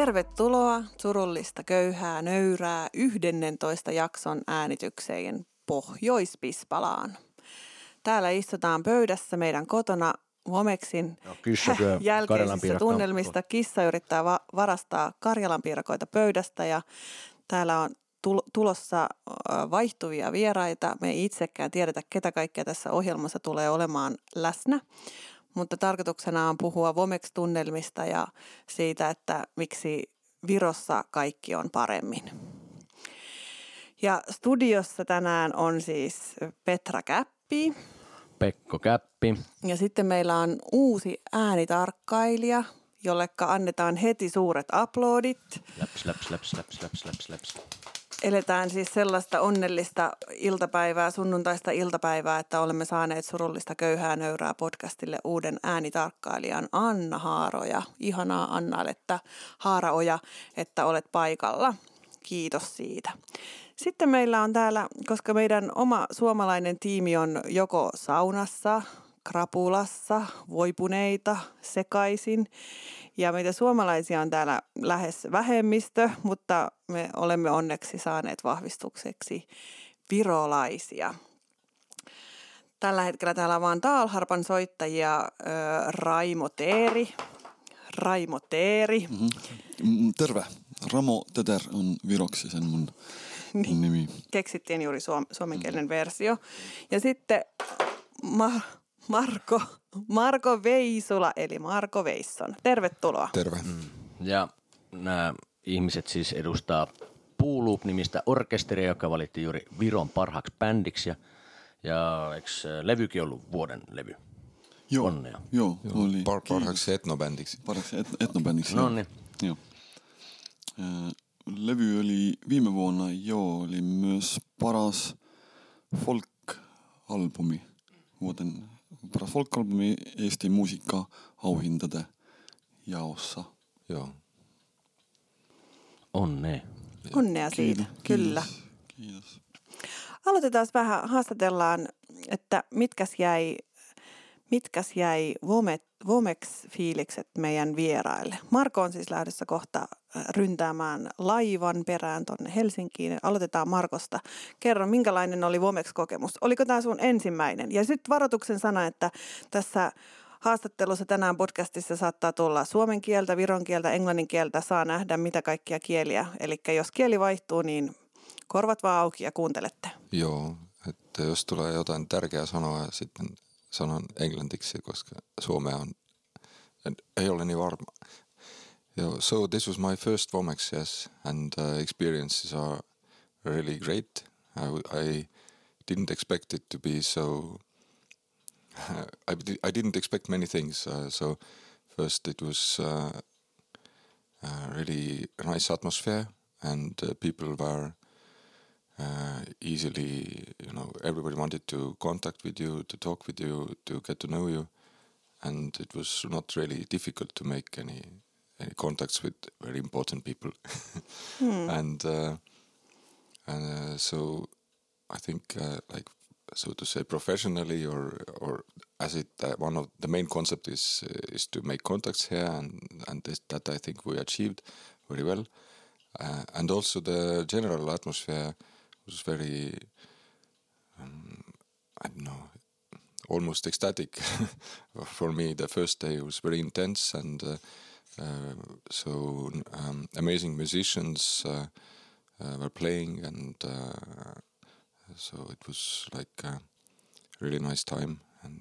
Tervetuloa Surullista köyhää nöyrää 11 jakson äänitykseen Pohjois-Pispalaan. Täällä istutaan pöydässä meidän kotona Vomexin jälkeisistä tunnelmista. Kissa yrittää varastaa karjalanpiirakoita pöydästä ja täällä on tulossa vaihtuvia vieraita. Me ei itsekään tiedetä, ketä kaikkea tässä ohjelmassa tulee olemaan läsnä. Mutta tarkoituksena on puhua Vomex-tunnelmista ja siitä, että miksi Virossa kaikki on paremmin. Ja studiossa tänään on siis Petra Käppi. Pekko Käppi. Ja sitten meillä on uusi äänitarkkailija, jolleka annetaan heti suuret aplodit. Läps. Eletään siis sellaista onnellista iltapäivää, sunnuntaista iltapäivää, että olemme saaneet Surullista köyhää nöyrää podcastille uuden äänitarkkailijan Anna Haaroja. Ihanaa Anna, että Haaraoja, että olet paikalla. Kiitos siitä. Sitten meillä on täällä, koska meidän oma suomalainen tiimi on joko saunassa, krapulassa, voipuneita, sekaisin. Ja meitä suomalaisia on täällä lähes vähemmistö, mutta me olemme onneksi saaneet vahvistukseksi virolaisia. Tällä hetkellä täällä on vaan taalharpan soittajia Raimo Teeri. Terve. Ramo Teter on viroksi sen mun nimi. Keksittiin juuri suomenkielinen versio. Ja sitten Marko Veisula, eli Marko Veisson. Tervetuloa. Terve. Ja nämä ihmiset siis edustaa Puulup-nimistä orkesteria, joka valittiin juuri Viron parhaaksi bändiksi. Ja eikö levykin ollut vuoden levy? Joo. Onnea. Joo. Oli. Parhaaksi etnobändiksi. Parhaaksi etnobändiksi. No niin. Joo. Levy oli viime vuonna, oli myös paras folk-albumi. Vuoden paras folk-albumi Eesti musiikka-auhinta jaossa. Joo. Onnea siitä, kyllä. Kiitos. Aloitetaan vähän, haastatellaan, että mitkäs jäi Vomex-fiilikset meidän vieraille. Marko on siis lähdössä kohta ryntäämään laivan perään tuonne Helsinkiin. Aloitetaan Markosta. Kerro, minkälainen oli Vomex-kokemus? Oliko tämä sun ensimmäinen? Ja sitten varoituksen sana, että tässä haastattelussa tänään podcastissa saattaa tulla suomen kieltä, viron kieltä, englannin kieltä. Saa nähdä mitä kaikkia kieliä. Eli jos kieli vaihtuu, niin korvat vaan auki ja kuuntelette. Joo, että jos tulee jotain tärkeää sanoa, sitten sanon englantiksi, koska suomea ei ole niin varma. So this was my first Vomex, yes, and experiences are really great. I didn't expect it to be so. I didn't expect many things. So first it was really nice atmosphere, and people were easily, everybody wanted to contact with you, to talk with you, to get to know you, and it was not really difficult to make any contacts with very important people. And so I think, so to say, professionally or as one of the main concept is to make contacts here, and that I think we achieved very well, and also the general atmosphere was very, almost ecstatic for me. The first day was very intense, and amazing musicians were playing, and so it was like a really nice time.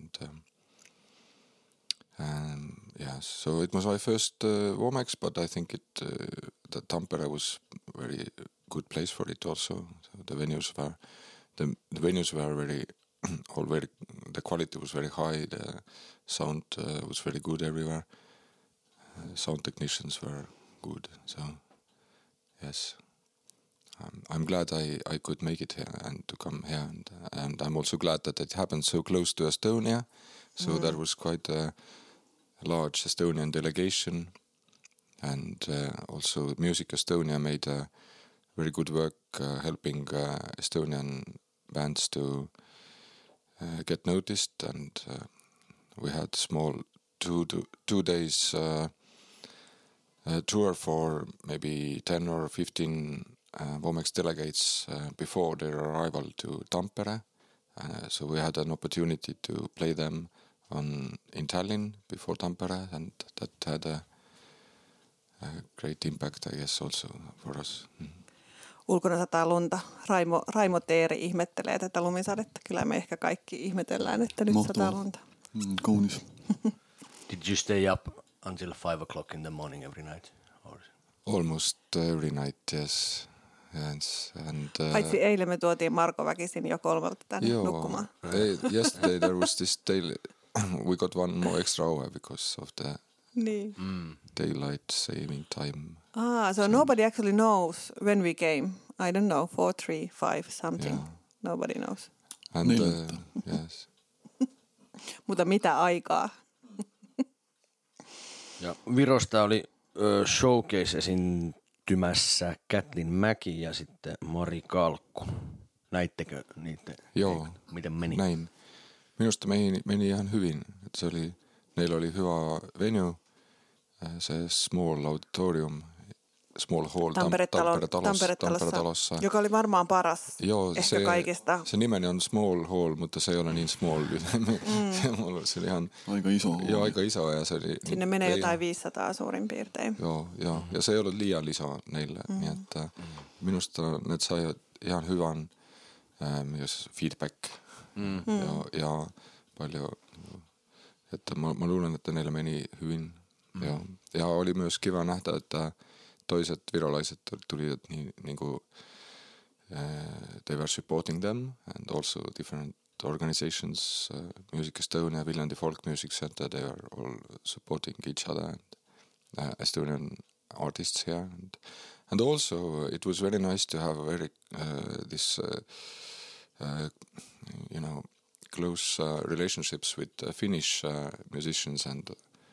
So it was my first Vomex, but I think that Tampere was very good place for it also. So the venues were very the quality was very high, the sound was very good everywhere, sound technicians were good, so yes, I'm glad I could make it here and to come here, and I'm also glad that it happened so close to Estonia, so there was quite a large Estonian delegation, and also Music Estonia made very good work helping Estonian bands to get noticed, and we had small 2 days tour for maybe 10 or 15 Womex delegates before their arrival to Tampere. So we had an opportunity to play them in Tallinn before Tampere, and that had a great impact, I guess, also for us. Ulkona sataa lunta. Raimo Teeri ihmettelee tätä lumisadetta. Kyllä me ehkä kaikki ihmetellään, että nyt Mahtavaa. sataa lunta. Kaunis. Did you stay up until 5 o'clock in the morning every night? Or? Almost every night, yes. And, Paitsi eilen me tuotiin Marko väkisin jo 3 tänne nukkumaan. Yesterday there was this daily, we got 1 more extra hour because of the Niin. daylight saving time. So nobody actually knows when we came. I don't know, 4, 3, 5, something. Yeah. Nobody knows. And yes. Mutta mitä aikaa? Ja Virosta oli showcase esiintymässä Kätlin Mäki ja sitten Mari Kalkku. Näittekö niitä? Joo. Miten meni? Näin. Minusta meni ihan hyvin. Että neillä oli hyvä venue, se small auditorium, small hall Tampere-talossa, joka oli varmaan paras ehkä kaikista. Se nimeni on small hall, mutta se ei ole niin small. Se oli ihan Aika iso. Joo, aika iso. Ja se oli, sinne menee jotain 500 suurin piirtein. Joo. Ja se ei ollut liian iso neille. Niin että minusta ne sai ihan hyvän myös feedback. Ja paljon. Että mä luulen, että neillä meni hyvin. Ja oli myös kiva nähdä, että toiset virolaiset tulivat niin kuin, they were supporting them, and also different organizations, Music Estonia, Viljandi Folk Music Center, they were all supporting each other and Estonian artists here. And also it was very nice to have very close relationships with Finnish musicians and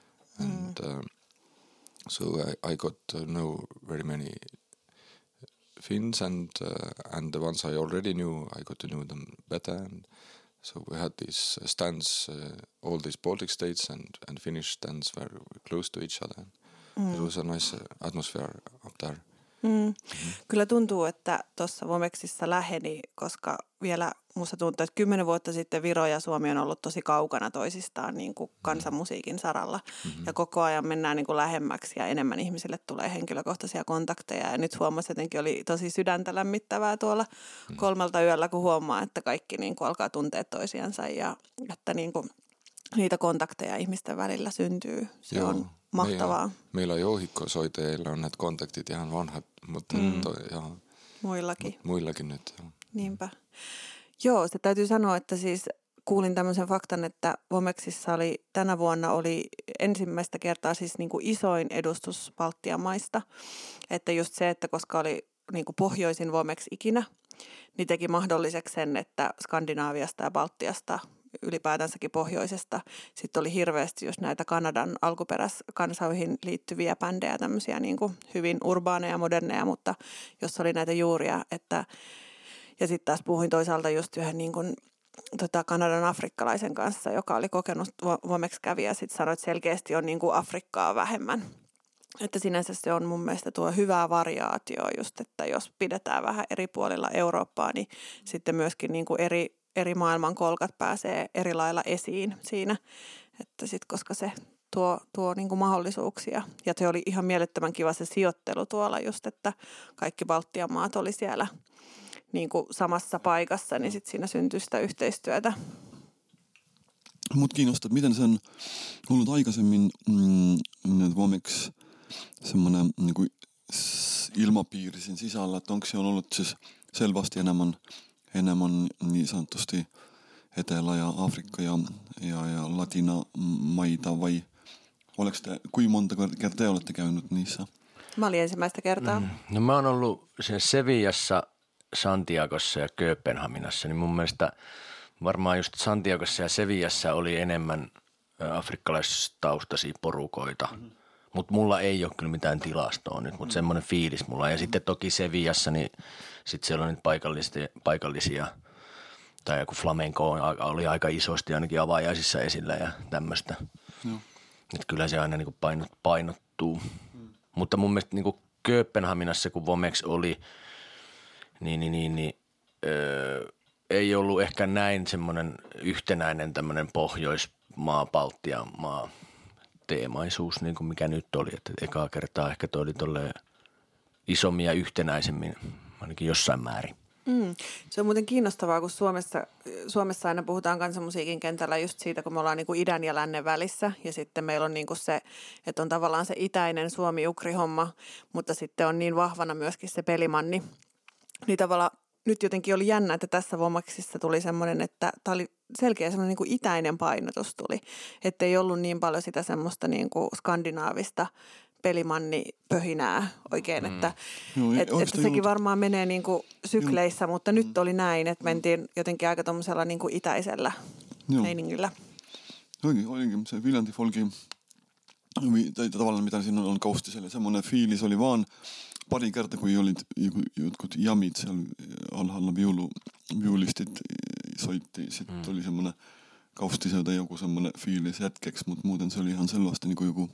so I got to know very many Finns and the ones I already knew, I got to know them better. And so we had these stands, all these Baltic states and Finnish stands were close to each other. It was a nice atmosphere up there. Kyllä tuntuu, että tuossa Womexissa läheni, koska vielä musta tuntuu, että 10 vuotta sitten Viro ja Suomi on ollut tosi kaukana toisistaan niin kuin kansanmusiikin saralla. Ja koko ajan mennään niin kuin lähemmäksi ja enemmän ihmisille tulee henkilökohtaisia kontakteja. Ja nyt huomasi jotenkin, oli tosi sydäntä lämmittävää tuolla 3 yöllä, kun huomaa, että kaikki niin kuin alkaa tuntea toisiansa ja että niin kuin niitä kontakteja ihmisten välillä syntyy. Se on mahtavaa. Meillä jouhikkosoittajilla on näitä kontaktit ihan vanhat, mutta muillakin nyt. Joo. Niinpä. Joo, se täytyy sanoa, että siis kuulin tämmöisen faktan, että Womexissa tänä vuonna oli ensimmäistä kertaa siis niin kuin isoin edustus Baltian maista. Että just se, että koska oli niin kuin pohjoisin Womex ikinä, niin teki mahdolliseksi sen, että Skandinaaviasta ja Baltiasta ylipäätänsäkin pohjoisesta. Sitten oli hirveästi just näitä Kanadan alkuperäiskansoihin liittyviä bändejä, tämmöisiä niin kuin hyvin urbaaneja, moderneja, mutta jos oli näitä juuria, että ja sitten taas puhuin toisaalta just yhden niin kuin, Kanadan afrikkalaisen kanssa, joka oli kokenut Womex-kävijä, sitten sanoi, että selkeästi on niin kuin Afrikkaa vähemmän. Että sinänsä se on mun mielestä tuo hyvää variaatio just, että jos pidetään vähän eri puolilla Eurooppaa, niin sitten myöskin niin kuin eri maailmankolkat pääsee eri lailla esiin siinä, että sitten koska se tuo niin kuin mahdollisuuksia. Ja se oli ihan mielettömän kiva se sijoittelu tuolla just, että kaikki Baltian maat oli siellä niin kuin samassa paikassa, niin sitten siinä syntyi sitä yhteistyötä. Mut kiinnostaa, miten se on ollut aikaisemmin Womex semmoinen niin kuin ilmapiiri siinä sisällä, että onko se ollut siis selvästi enemmän niin sanotusti Etelä- ja Afrikka ja Latinamaita vai kuinka monta kertaa te olette käynyt niissä? Mä olin ensimmäistä kertaa. No mä oon ollut sen Sevillassa, Santiagossa ja Kööpenhaminassa, niin mun mielestä varmaan just Santiagossa ja Sevillassa oli enemmän afrikkalaistaustaisia porukoita. Mutta mulla ei ole kyllä mitään tilastoa nyt, mutta semmoinen fiilis mulla on. Ja sitten toki Sevillassa, niin sitten siellä on nyt paikallisia, tai joku flamenco oli aika isosti ainakin avaajaisissa esillä ja tämmöistä. Että kyllä se aina niin kuin painottuu. Mutta mun mielestä niin kuin Kööpenhaminassa, kun Womex oli, ei ollut ehkä näin semmoinen yhtenäinen tämmöinen Pohjoismaa, Baltian maa teemaisuus, niin kuin mikä nyt oli. Että ekaa kertaa ehkä toi oli tolleen isommin ja yhtenäisemmin, ainakin jossain määrin. Se on muuten kiinnostavaa, kun Suomessa aina puhutaan kansanmusiikin kentällä just siitä, kun me ollaan niin kuin idän ja lännen välissä. Ja sitten meillä on niin kuin se, että on tavallaan se itäinen Suomi-Ukri-homma, mutta sitten on niin vahvana myöskin se pelimanni. Niin tavallaan nyt jotenkin oli jännä, että tässä Womexissa tuli semmoinen, että tämä oli selkeä semmoinen niin kuin itäinen painotus tuli. Että ei ollut niin paljon sitä semmoista niin kuin skandinaavista pelimannipöhinää oikein, että sekin varmaan menee niin kuin sykleissä, mutta nyt oli näin, että mentiin jotenkin aika tuommoisella niin kuin itäisellä meiningillä. Olikin se Viljandi folkin, tai tavallaan mitä siinä on kaustiselle, semmoinen fiilis oli vaan pari kertaa, kun olid jotkut jamit siellä alhaalla viulistit soitti, sitten oli semmoinen kaustiselle joku semmoinen fiilis hetkeksi, mutta muuten se oli ihan sellaista niin kuin joku.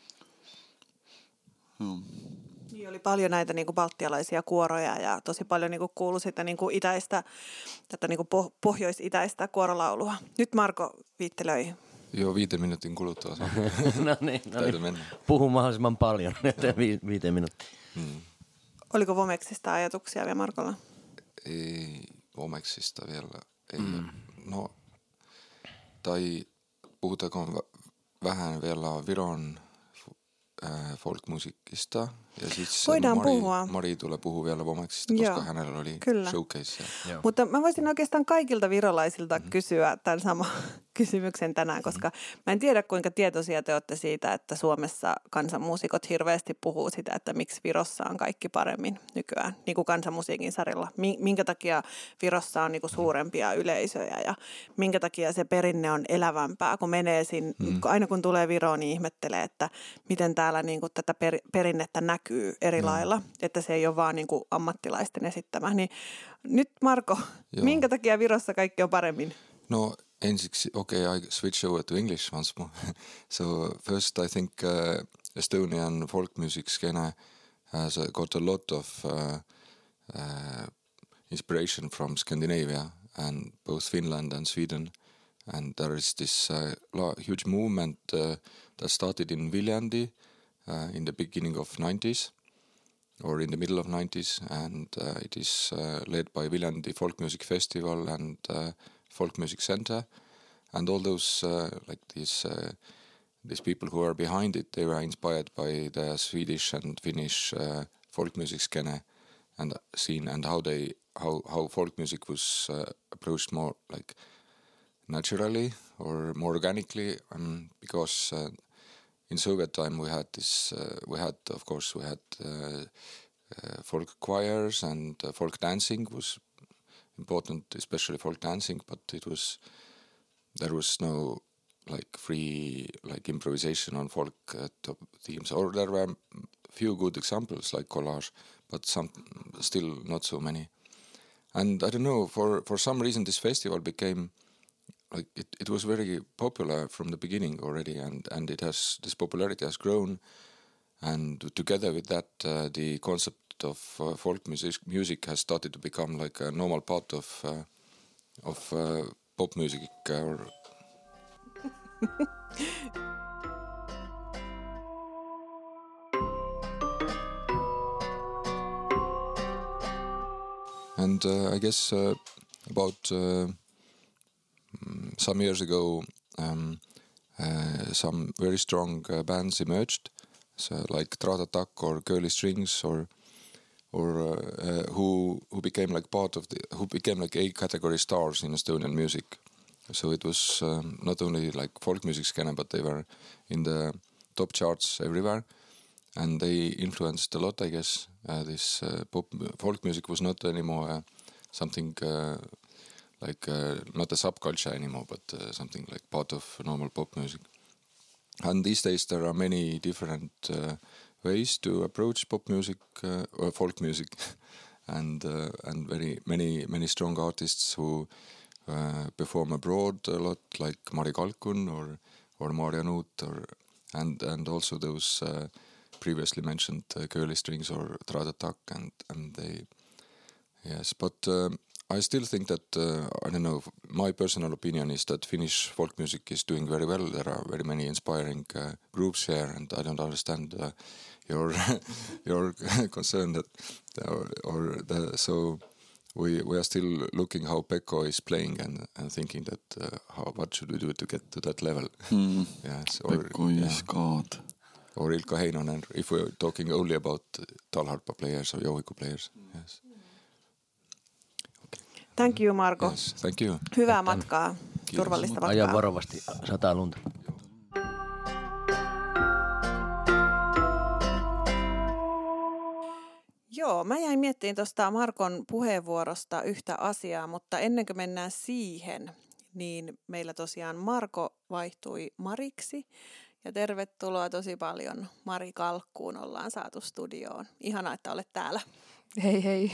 Niin oli paljon näitä niin kuin baltialaisia kuoroja ja tosi paljon niin kuin kuului sitä niin kuin itäistä, tätä niin kuin pohjois-itäistä kuorolaulua. Nyt Marko viittelöi. Joo, 5 minuutin kuluttua. No niin. Puhu mahdollisimman paljon, 5 minuuttia. Oliko Womexista ajatuksia vielä Markolla? Ei Womexista vielä. Ei. No, tai puhutaanko vähän vielä Viron folkmusiikista. Ja sitten Mari tulee puhua vielä Womexista, koska hänellä oli showcase. Mutta mä voisin oikeastaan kaikilta virolaisilta kysyä tämän saman kysymyksen tänään, koska mä en tiedä kuinka tietoisia te olette siitä, että Suomessa kansanmuusikot hirveästi puhuu sitä, että miksi Virossa on kaikki paremmin nykyään, niin kuin kansanmusiikin sarilla. Minkä takia Virossa on niin kuin suurempia yleisöjä ja minkä takia se perinne on elävämpää, kun menee sinne, aina kun tulee Viroon, niin ihmettelee, että miten täällä niin kuin tätä perinnettä näkyy eri lailla, että se ei ole vaan niin kuin ammattilaisten esittämä. Niin nyt Marko, minkä takia Virossa kaikki on paremmin? No ensiksi, I switch over to English once more. So first I think Estonian folk music scene has got a lot of inspiration from Scandinavia and both Finland and Sweden. And there is this huge movement that started in Viljandi in the beginning of 90s or in the middle of 90s, and it is led by Viljandi Folk Music Festival and Folk Music Center, and all those these people who are behind it, they were inspired by the Swedish and Finnish folk music scene and how folk music was approached more like naturally or more organically, because in Soviet time we had folk choirs and folk dancing was important, especially folk dancing, but there was no free improvisation on folk themes, or there were few good examples like collage, but some still not so many. And I don't know, for some reason this festival became it was very popular from the beginning already, and this popularity has grown, and together with that the concept of folk music has started to become like a normal part of pop music or and I guess about some years ago some very strong bands emerged, so like Tratatak or Curly Strings or who became like A category stars in Estonian music. So it was not only like folk music scene, but they were in the top charts everywhere, and they influenced a lot, I guess. This folk music was not anymore something not a subculture anymore, but something like part of normal pop music. And these days there are many different ways to approach pop music or folk music, and very many strong artists who perform abroad a lot, like Mari Kalkun or Maarja Nuut, and also those previously mentioned Curly Strings or Tradatak, and they, yes, but I still think that I don't know. My personal opinion is that Finnish folk music is doing very well. There are very many inspiring groups here, and I don't understand your your concern that so. We are still looking how Pekko is playing and thinking that what should we do to get to that level? Yes, or Pekko is God. Or Ilkka Heinonen, if we're talking only about talharppa players or jouhiko players. Yes. Thank you, Marko. Yes, thank you. Hyvää matkaa, turvallista matkaa. Aja varovasti, sataa lunta. Joo, mä jäin miettimään tuosta Markon puheenvuorosta yhtä asiaa, mutta ennen kuin mennään siihen, niin meillä tosiaan Marko vaihtui Mariksi. Ja tervetuloa tosi paljon Mari Kalkkuun, ollaan saatu studioon. Ihanaa, että olet täällä. Hei hei.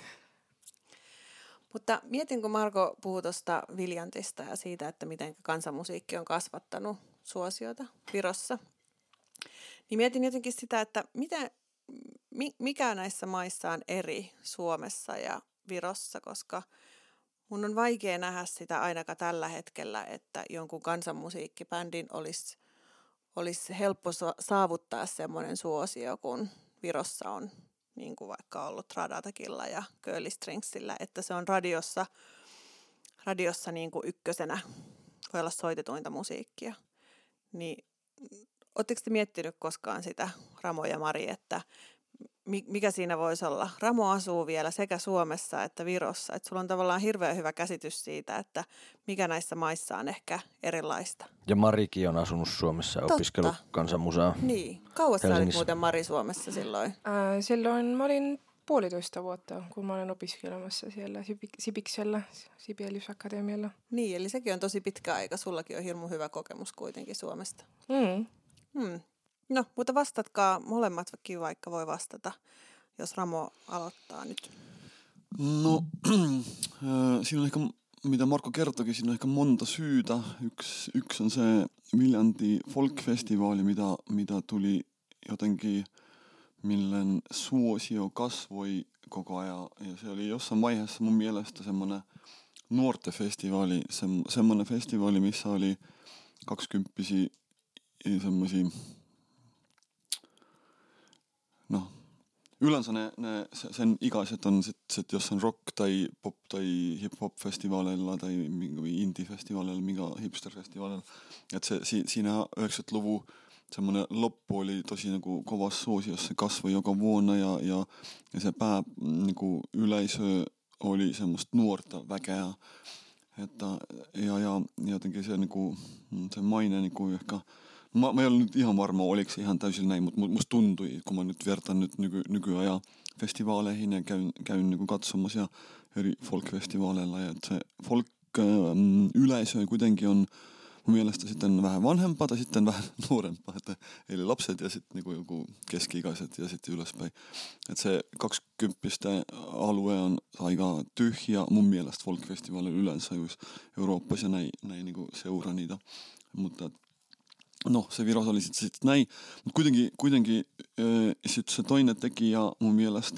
Mutta mietin, kun Marko puhui tuosta Viljantista ja siitä, että miten kansanmusiikki on kasvattanut suosiota Virossa. Niin mietin jotenkin sitä, että mikä näissä maissa on eri Suomessa ja Virossa, koska mun on vaikea nähdä sitä ainakaan tällä hetkellä, että jonkun kansanmusiikkibändin olisi helppo saavuttaa semmoinen suosio, kun Virossa on niin kuin vaikka ollut Tradatakilla ja Curly Stringsillä, että se on radiossa niin kuin ykkösenä, voi olla soitetuinta musiikkia. Niin ootteko te miettinyt koskaan sitä, Ramo ja Mari, että mikä siinä voisi olla? Ramo asuu vielä sekä Suomessa että Virossa, että sulla on tavallaan hirveän hyvä käsitys siitä, että mikä näissä maissa on ehkä erilaista. Ja Marikin on asunut Suomessa ja opiskellut kansanmusaa. Niin. Kauas sä olit muuten Mari Suomessa silloin? Silloin mä olin 1,5 vuotta, kun mä olen opiskelemassa siellä Sipiksellä, Sibelius Akatemialla. Niin, eli sekin on tosi pitkä aika. Sullakin on hirmu hyvä kokemus kuitenkin Suomesta. No, mutta vastatkaa molemmatkin, vaikka voi vastata, jos Ramo aloittaa nyt. No, siinä on ehkä, mitä Marko kertoikin, siinä on ehkä monta syytä. Yksi on se Viljandi Folk-festivaali, mitä tuli jotenkin, millen suosio kasvoi koko ajan. Ja se oli jossain vaiheessa mun mielestä semmoinen nuortefestivaali, semmoinen festivaali, missä oli 20-vuotiaita semmoisia. No, yleensä sen ikäiset on sit jossain rock- tai pop- tai hip-hop-festivaaleilla tai indie-festivaaleilla, mikä hipster-festivaaleilla. Että siinä 90-luvun semmoinen loppu oli tosi niinku kovassa suosiossa, se kasvoi joka vuonna ja se niinku yleisö oli semmoista nuorta väkeä. Että, ja jotenkin se, niinku, se maine niinku ehkä. Mä en ole nyt ihan varma, oliko se ihan täysin näin, mutta musta tuntui, kun mä nyt vertaan nyt nykyajan festivaaleihin ja käyn niin katsomassa eri folk-festivaaleilla. Ja se folk-yleisö kuitenkin on mun mielestä sitten vähän vanhempaa tai sitten vähän nuorempaa. Eli lapset ja sitten niin joku keski-ikäiset ja sitten ylöspäin. Että se 20 alue on aika tyhjä mun mielestä folk-festivaalilla yleensä, jos Euroopassa näin niin seuraa niitä. Mutta no, se Viros oli sitten näin, mutta kuitenkin sitten se toinen tekijä mun mielestä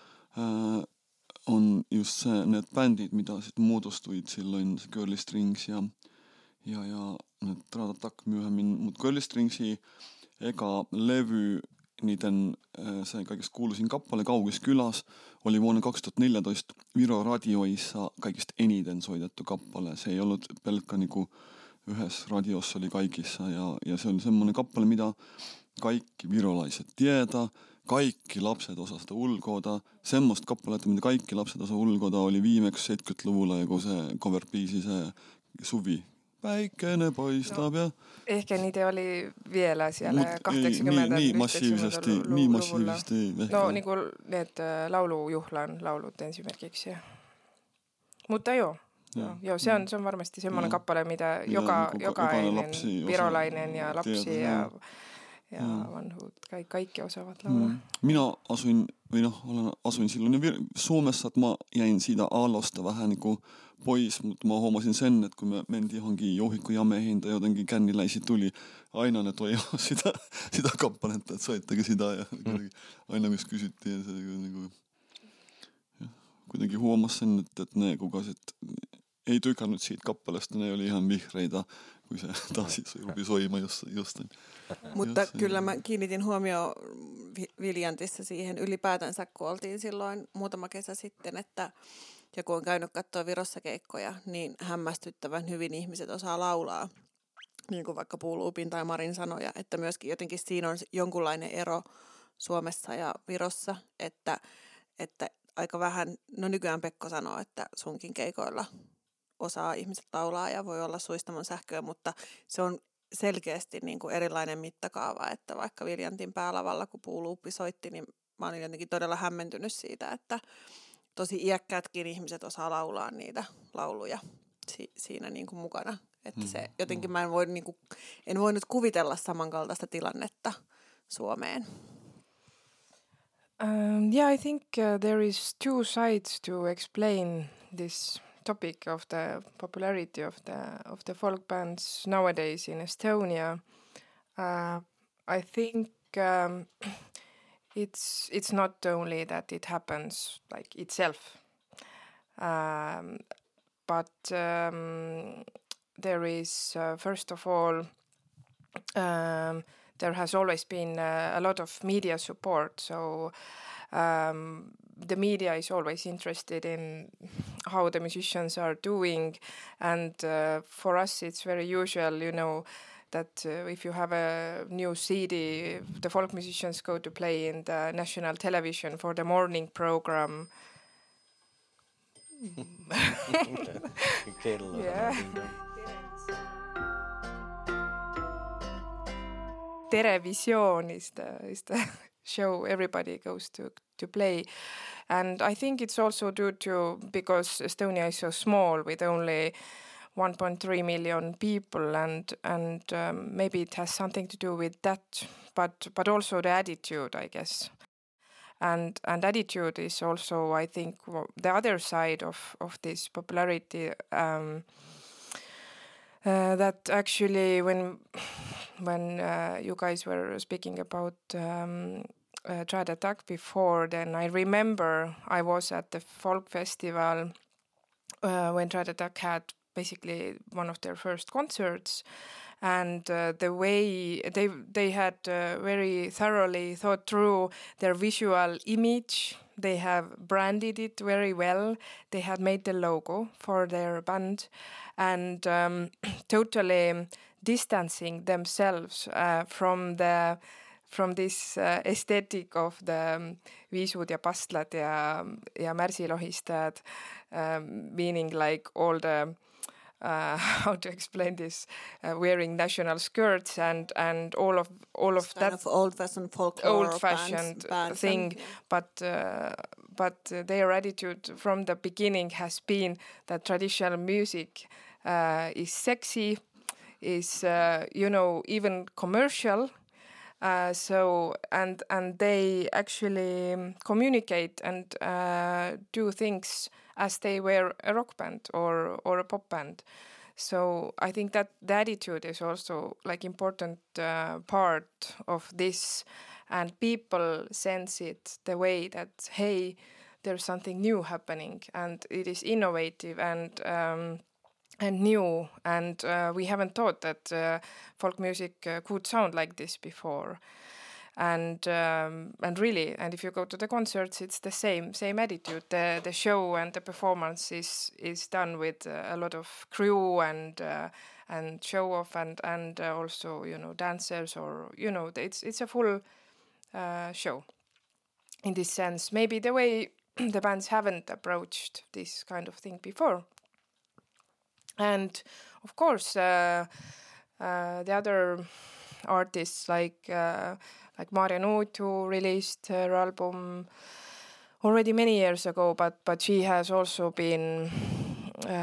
on just ne bändit, mitä sitten muodostuit silloin, se Curly Strings ja Tradatak myöhemmin, mutta Curly Stringsin eka levy, niiden se kaikista kuuluisin kappale Kaugis kyläs oli vuonna 2014 Viro radioissa kaikista eniten soitettu kappale. Se ei ollut pelkkä niinku yhdessä radiossa, oli kaikissa ja se oli semmoinen kappale, mitä kaikki virolaiset tietää. Kaikki lapset osasivat sitä ulkoota. Semmoista kappaletta, mitä kaikki lapset osasivat ulkoota, oli viimeksi 70-luvulla joku se cover-biisi, se Suvi. Päikkäinen paistaa. No, ehkä niitä oli vielä siellä 80 niin massiivisesti. No niin kuin need laulujuhlan laulut esimerkiksi. Mutta joo, se on varmasti semmoinen kappale, mitä jokainen virolainen ja lapsi ja vanhud kaikki osaavat laulaa. Minä asuin silloin Suomessa, että mä jäin siitä alosta vähän niin kuin pois, mutta mä huomasin sen, että kun me mentiin johonkin jouhikkojameihin tai jotenkin känniläisiä tuli, aina ne toi sitä kappaletta, että soittako sitä ja aina kun kysyttiin, se niin kuin, kuitenkin huomasi sen, että ne kukaset ei tykännyt siitä kappaleesta, ne oli ihan vihreitä, kun se taas rupi soimaan jostain. Mutta kyllä mä kiinnitin huomioon Viljantissa siihen ylipäätänsä, kun oltiin silloin muutama kesä sitten, että ja kun on käynyt katsoa Virossa keikkoja, niin hämmästyttävän hyvin ihmiset osaa laulaa, niin kuin vaikka Puuluupin tai Marin sanoja, että myöskin jotenkin siinä on jonkunlainen ero Suomessa ja Virossa, että aika vähän, no nykyään Pekko sanoo, että sunkin keikoilla osaa ihmiset laulaa ja voi olla suistamon sähköä, mutta se on selkeästi niin kuin erilainen mittakaava, että vaikka Viljantin päälavalla, kun Puuluuppi soitti, niin mä olin jotenkin todella hämmentynyt siitä, että tosi iäkkäätkin ihmiset osaa laulaa niitä lauluja siinä niin kuin mukana. Että se jotenkin mä en voinut kuvitella samankaltaista tilannetta Suomeen. Yeah, I think there is two sides to explain this topic of the popularity of the folk bands nowadays in Estonia. I think it's not only that it happens like itself, but there is first of all there has always been a lot of media support, so the media is always interested in how the musicians are doing, and for us it's very usual, you know, that if you have a new CD, the folk musicians go to play in the national television for the morning program. Yeah. Terevision is the show everybody goes to play, and I think it's also due to because Estonia is so small with only 1.3 million people, and maybe it has something to do with that, but also the attitude, I guess, and attitude is also, I think, the other side of this popularity. That actually, when you guys were speaking about Dread Attack before, then I remember I was at the folk festival when Dread Attack had basically one of their first concerts, and the way they had very thoroughly thought through their visual image. They have branded it very well. They had made the logo for their band, and totally distancing themselves from this aesthetic of the viisud ja pastlad ja märsilohistajad, meaning like all the how to explain this, wearing national skirts and all of that kind of old-fashioned folklore, old-fashioned bands thing, but their attitude from the beginning has been that traditional music is sexy, is even commercial. So and they actually communicate and do things as they were a rock band or a pop band. So I think that the attitude is also like important part of this, and people sense it the way that, hey, there's something new happening and it is innovative and new, and we haven't thought that folk music could sound like this before. And really, and if you go to the concerts, it's the same attitude. The show and the performance is done with a lot of crew and show off and also dancers, or it's a full show. In this sense, maybe the way the bands haven't approached this kind of thing before. And of course, the other artists like Maarja Nuut, who released her album already many years ago, but she has also been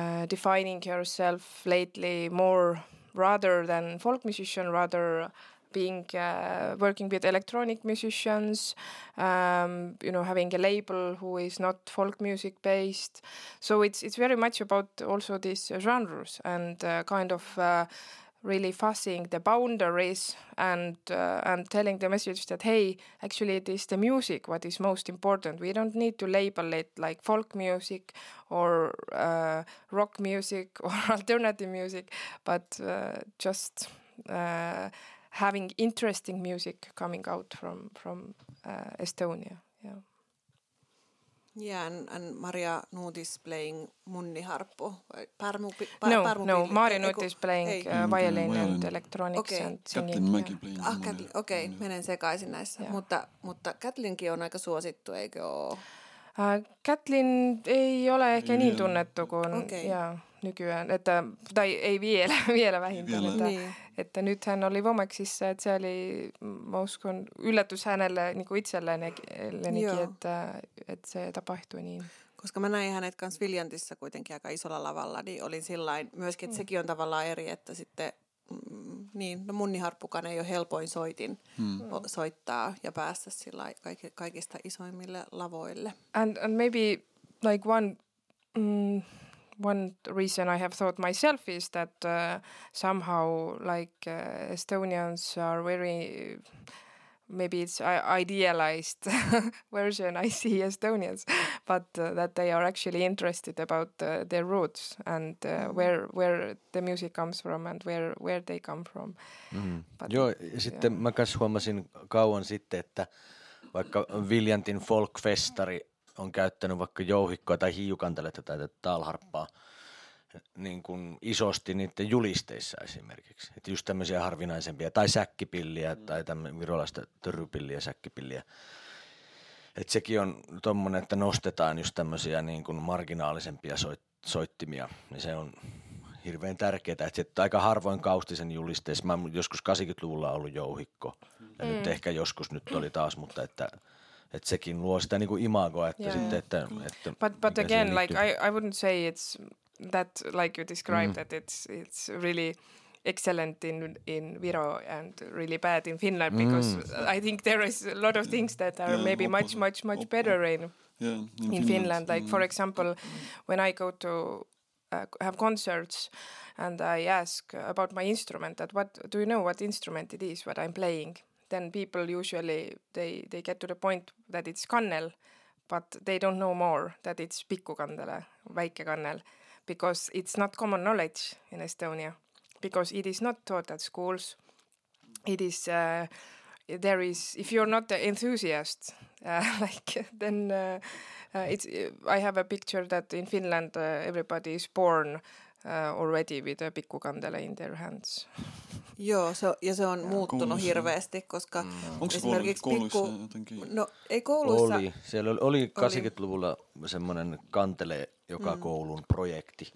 defining herself lately more rather than folk musician, rather being working with electronic musicians, having a label who is not folk music based. So it's very much about also these genres and kind of really fussing the boundaries and telling the message that, hey, actually it is the music what is most important. We don't need to label it like folk music or rock music or alternative music, but just having interesting music coming out from Estonia. Yeah. Yeah, and Maria Nuut is playing munniharppu. No, Maria Nuut is playing violin and electronics and singing. Okei, menen sekaisin näissä. Mutta Kätlinkin on aika suosittu, eikö ole? Kätlin ei ole ehkä niin tunnettu kuin nykyään, tai ei vielä vähintään. Että nyt hän oli Vomexissa, että se oli, mä uskon, yllätys hänelle niin kuin itsellenikin, että se tapahtui niin. Koska mä näin hänet kanssa Viljantissa kuitenkin aika isolla lavalla, niin olin sillain myöskin, että sekin on tavallaan eri, että sitten munniharppukaan ei ole helpoin soitin soittaa ja päästä sillä kaikista isoimmille lavoille. And maybe like one reason I have thought myself is that somehow Estonians are very, maybe it's idealized version I see Estonians, but that they are actually interested about their roots and where the music comes from and where they come from. Joo, ja sitten mä kanssa huomasin kauan sitten, että vaikka Viljantin folkfestari on käyttänyt vaikka jouhikkoa tai hiiukanteletta tai talharppaa niin kuin isosti niiden julisteissa esimerkiksi. Että just tämmöisiä harvinaisempia, tai säkkipilliä, tai virolaista törrypilliä, säkkipilliä. Että sekin on tommonen, että nostetaan just tämmöisiä niin kuin marginaalisempia soittimia, niin se on hirveän tärkeää. Että aika harvoin Kaustisen julisteissa, mä joskus 80-luvulla ollut jouhikko, ja nyt ehkä joskus nyt oli taas, mutta että sekin luo sitä niinku imagoa, että sitten, että But again, like I wouldn't say it's that like you described that it's really excellent in Viro and really bad in Finland because I think there is a lot of things that are maybe much better in Finland. Like for example, when I go to have concerts and I ask about my instrument, that what do you know what instrument it is what I'm playing? Then people usually they get to the point that it's kannel, but they don't know more that it's pikkukandele, väike kannel, because it's not common knowledge in Estonia, because it is not taught at schools. It is there is, if you're not an enthusiast, then it's. I have a picture that in Finland everybody is born already with a pikkukandele in their hands. Joo, se on muuttunut koulussa hirveästi, koska esimerkiksi No ei kouluissa. Siellä oli 80-luvulla semmoinen kantele joka koulun projekti.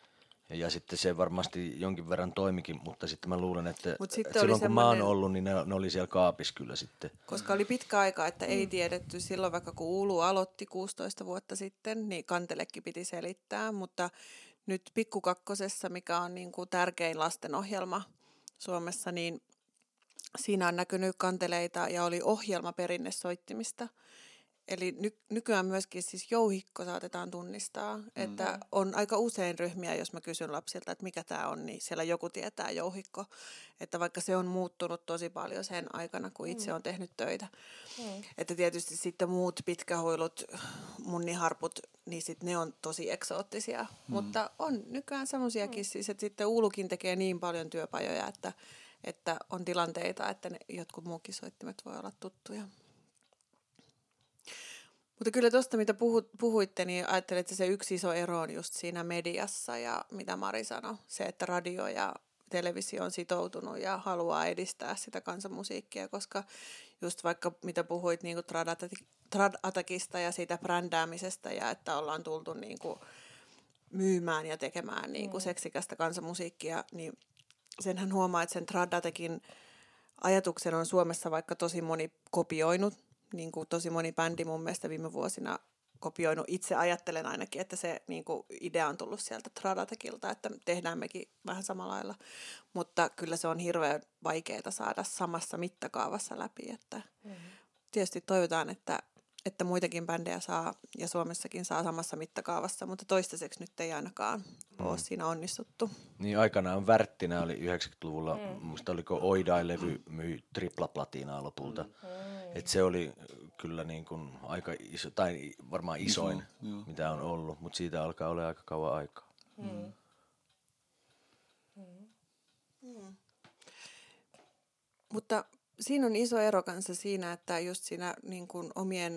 Ja sitten se varmasti jonkin verran toimikin, mutta sitten mä luulen, että silloin kun mä oon ollut, niin ne oli siellä kaapissa kyllä sitten. Koska oli pitkä aika, että ei tiedetty silloin, vaikka kun Uulu aloitti 16 vuotta sitten, niin kantelekin piti selittää, mutta nyt Pikku Kakkosessa, mikä on niin kuin tärkein lastenohjelma Suomessa, niin siinä on näkynyt kanteleita ja oli ohjelma perinnesoittimista. Eli nykyään myöskin siis jouhikko saatetaan tunnistaa, että on aika usein ryhmiä, jos mä kysyn lapsilta, että mikä tämä on, niin siellä joku tietää jouhikko. Että vaikka se on muuttunut tosi paljon sen aikana, kun itse on tehnyt töitä. Että tietysti sitten muut pitkähuilut, munniharput, niin sitten ne on tosi eksoottisia. Mutta on nykyään semmoisiakin siis, että sitten Uulukin tekee niin paljon työpajoja, että on tilanteita, että ne jotkut muukin soittimet voi olla tuttuja. Mutta kyllä tuosta, mitä puhuitte, niin ajattelin, että se yksi iso ero on just siinä mediassa ja mitä Mari sanoi. Se, että radio ja televisio on sitoutunut ja haluaa edistää sitä kansanmusiikkia, koska just vaikka mitä puhuit niin kuin Trad Attackista ja siitä brändäämisestä ja että ollaan tultu niin kuin myymään ja tekemään niin kuin seksikästä kansanmusiikkia, niin senhän huomaa, että sen Trad Attackin ajatuksen on Suomessa vaikka tosi moni kopioinut. Niin kuin tosi moni bändi mun mielestä viime vuosina kopioinut. Itse ajattelen ainakin, että se niin kuin idea on tullut sieltä Tradatekilta, että tehdään mekin vähän samalla lailla. Mutta kyllä se on hirveän vaikeaa saada samassa mittakaavassa läpi. Että tietysti toivotaan, että muitakin bändejä saa ja Suomessakin saa samassa mittakaavassa, mutta toistaiseksi nyt ei ainakaan ole siinä onnistuttu. Niin aikanaan Värttinä oli 90-luvulla, muista oliko Oidai-levy myi triplaplatinaa lopulta. Et se oli kyllä niin kuin aika iso, tai varmaan isoin, mitä on ollut, mutta siitä alkaa olla aika kauan aikaa. Mutta siinä on iso ero kanssa siinä, että just siinä niin kuin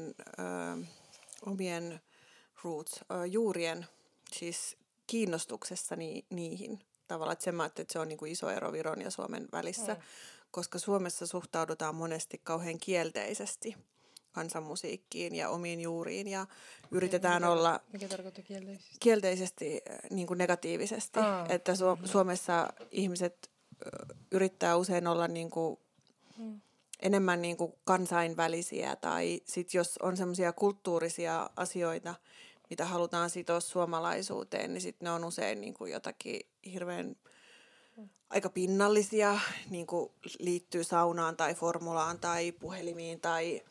omien roots, juurien siis kiinnostuksessa niihin tavallaan. Että mä ajattelin, että se on niin kuin iso ero Viron ja Suomen välissä, koska Suomessa suhtaudutaan monesti kauhean kielteisesti kansanmusiikkiin ja omiin juuriin ja yritetään olla Mikä tarkoittaa kielteisesti? Kielteisesti niin kuin negatiivisesti, että Suomessa ihmiset yrittää usein olla niin kuin enemmän niin kuin kansainvälisiä tai sit jos on semmoisia kulttuurisia asioita, mitä halutaan sitoa suomalaisuuteen, niin sitten ne on usein niin kuin jotakin hirveän aika pinnallisia, niin kuin liittyy saunaan tai formulaan tai puhelimiin tai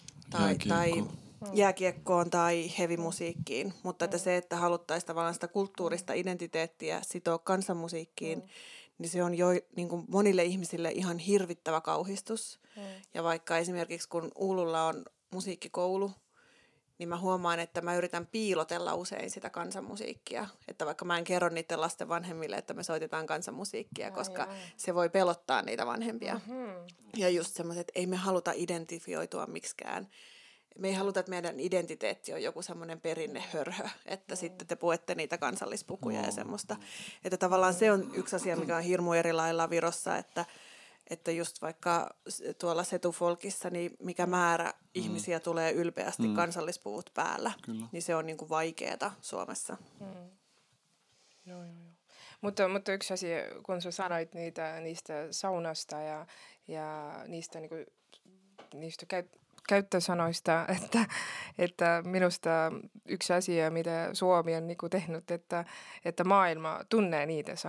jääkiekkoon tai hevimusiikkiin. Mutta että se, että haluttaisiin tavallaan sitä kulttuurista identiteettiä sitoa kansanmusiikkiin, niin se on jo niin kuin monille ihmisille ihan hirvittävä kauhistus. Ja vaikka esimerkiksi kun Oululla on musiikkikoulu, niin mä huomaan, että mä yritän piilotella usein sitä kansanmusiikkia. Että vaikka mä en kerro niiden lasten vanhemmille, että me soitetaan kansanmusiikkia, koska se voi pelottaa niitä vanhempia. Ja just semmoiset, että ei me haluta identifioitua miksikään. Me ei haluta, että meidän identiteetti on joku semmoinen perinnehörhö, että sitten te puette niitä kansallispukuja ja semmoista. Että tavallaan se on yksi asia, mikä on hirmu eri lailla Virossa, että just vaikka tuolla Setufolkissa, niin mikä määrä ihmisiä tulee ylpeästi kansallispuvut päällä, niin se on niin kuin vaikeaa Suomessa. Joo. Mutta yksi asia, kun sä sanoit niistä saunasta ja niistä, niinku, niistä käyttösanoista, että minusta yksi asia, mitä Suomi on niinku tehnyt, että maailma tunnee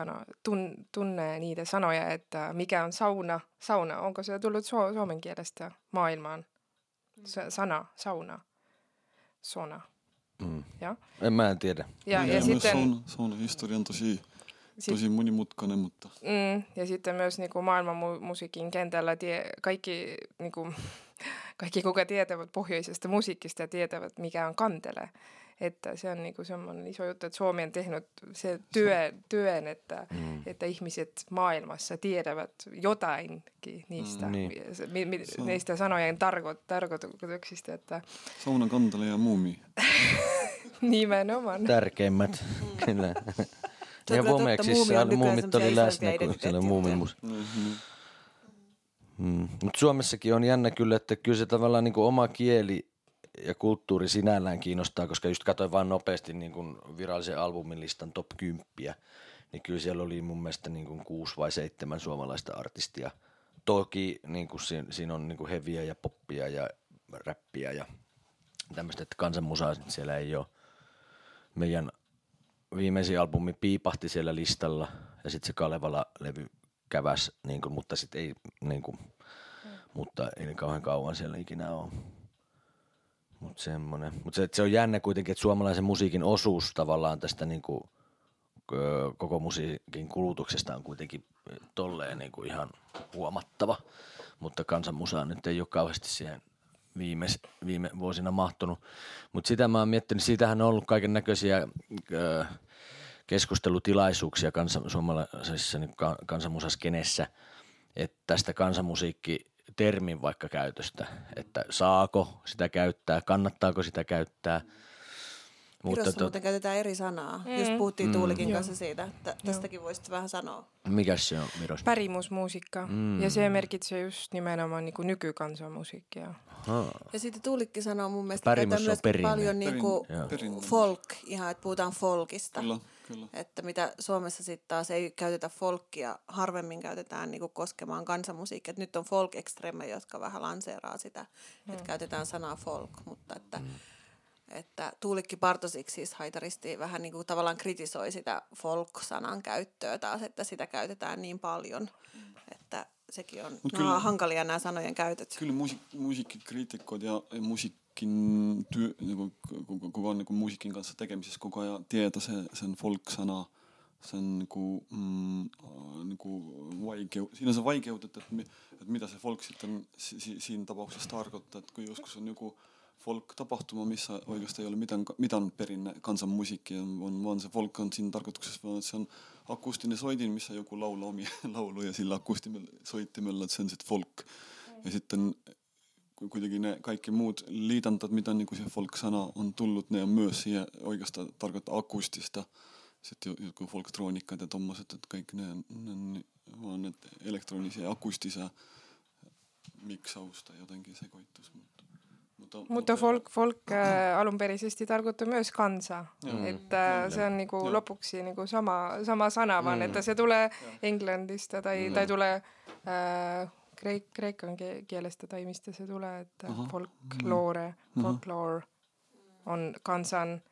niitä sanoja, että mikä on sauna, onko se tullut suomen kielestä maailmaan? Sauna. Ja? En tiedä. Ja sitten sauna historia on tosi monimutkainen, mutta ja sitten myös niinku maailman musiikin kentällä kaikki kuka tietävät pohjoisesta musiikista tietävät mikä on kantele. Että se on niinku semmoinen iso juttu, että Suomi on tehnyt se työn että ihmiset maailmassa tiedävät jotainkin niistä, niistä sanojen tarkoituksista. Että sauna, kantele ja muumi. Nimenomaan. Tärkeimmät, kyllä. Ja Vomeksissa muumit oli läsnä, kun siellä muumimus. Mutta Suomessakin on jännä kyllä, että kyllä se tavallaan niin kuin oma kieli ja kulttuuri sinällään kiinnostaa, koska just katsoin vaan nopeasti niin kuin virallisen albumilistan top 10, niin kyllä siellä oli mun mielestä niin kuin 6 vai 7 suomalaista artistia. Toki niin kuin siinä on niin kuin heviä ja poppia ja räppiä ja tämmöistä, että kansanmusaa siellä ei ole. Meidän viimeisin albumi piipahti siellä listalla ja sitten se Kalevala-levy käväs, niin kuin, mutta sitten ei, niin kuin, mutta ei kauhean kauan siellä ikinä ole. Mutta semmoinen. Mutta se on jännä kuitenkin, että suomalaisen musiikin osuus tavallaan tästä niin kuin, koko musiikin kulutuksesta on kuitenkin tolleen niin kuin ihan huomattava. Mutta kansanmusaa nyt ei ole kauheasti siihen viime vuosina mahtunut. Mutta sitä mä oon miettinyt, siitähän on ollut kaiken näköisiä keskustelutilaisuuksia suomalaisessa niin kansanmusaskenessä, että tästä kansanmusiikkitermin vaikka käytöstä, että saako sitä käyttää, kannattaako sitä käyttää. Virossa muuten käytetään eri sanaa. Just puhuttiin Tuulikin kanssa siitä, että tästäkin voisit vähän sanoa. Mikäs se on Virossa? Pärimusmusiikka. Ja se merkitsee just nimenomaan niin kuin nykykansanmusiikkia. Ja sitten Tuulikki sanoo mun mielestä, Pärimus käytetään myös perinne. paljon niinku folk, ihan että puhutaan folkista. Kyllä. Että mitä Suomessa sitten taas ei käytetä folkia, harvemmin käytetään niinku koskemaan kansanmusiikkia. Nyt on folk extreme, jotka vähän lanseeraa sitä, että käytetään sanaa folk, mutta että että Tuulikki Bartosik siis haitaristi vähän niin kuin tavallaan kritisoi sitä folk-sanan käyttöä taas, että sitä käytetään niin paljon, että sekin on kyllä, hankalia nämä sanojen käytöt. Kyllä musiikkikriitikot ja musiikin työ, niin kuka on niin musiikin kanssa tekemisissä koko ajan tietää sen folk-sana, sen siinä on se vaikeutet, että mitä se folk sitten siinä tapauksessa tarkoittaa, että kun joskus on joku folk-tapahtuma, missä oikeastaan ei ole mitään perinne kansanmusiikkia, vaan se folk on siinä tarkoituksessa, vaan että se on akustinen soitin, missä joku laulaa omia lauluja sillä akustisella soittimella, että se on sitten folk. Ja sitten kuitenkin ne kaikki muut liitantat, mitä niin kuin se folk-sana on tullut, ne on myös siihen oikeastaan tarkoittaa akustista. Sitten joku folktroniikka ja tommoset, että kaikki ne vaan ne elektronisia ja akustisia miksausta jotenkin sekoittus. Mutta folk alunperäisesti tarkoittaa myös kansa. Että se on niinku lopuksi niinku sama sana, vaan että se tulee Englannista tai tulee kreikan kielestä tai mistä se tulee, että folklore on kansan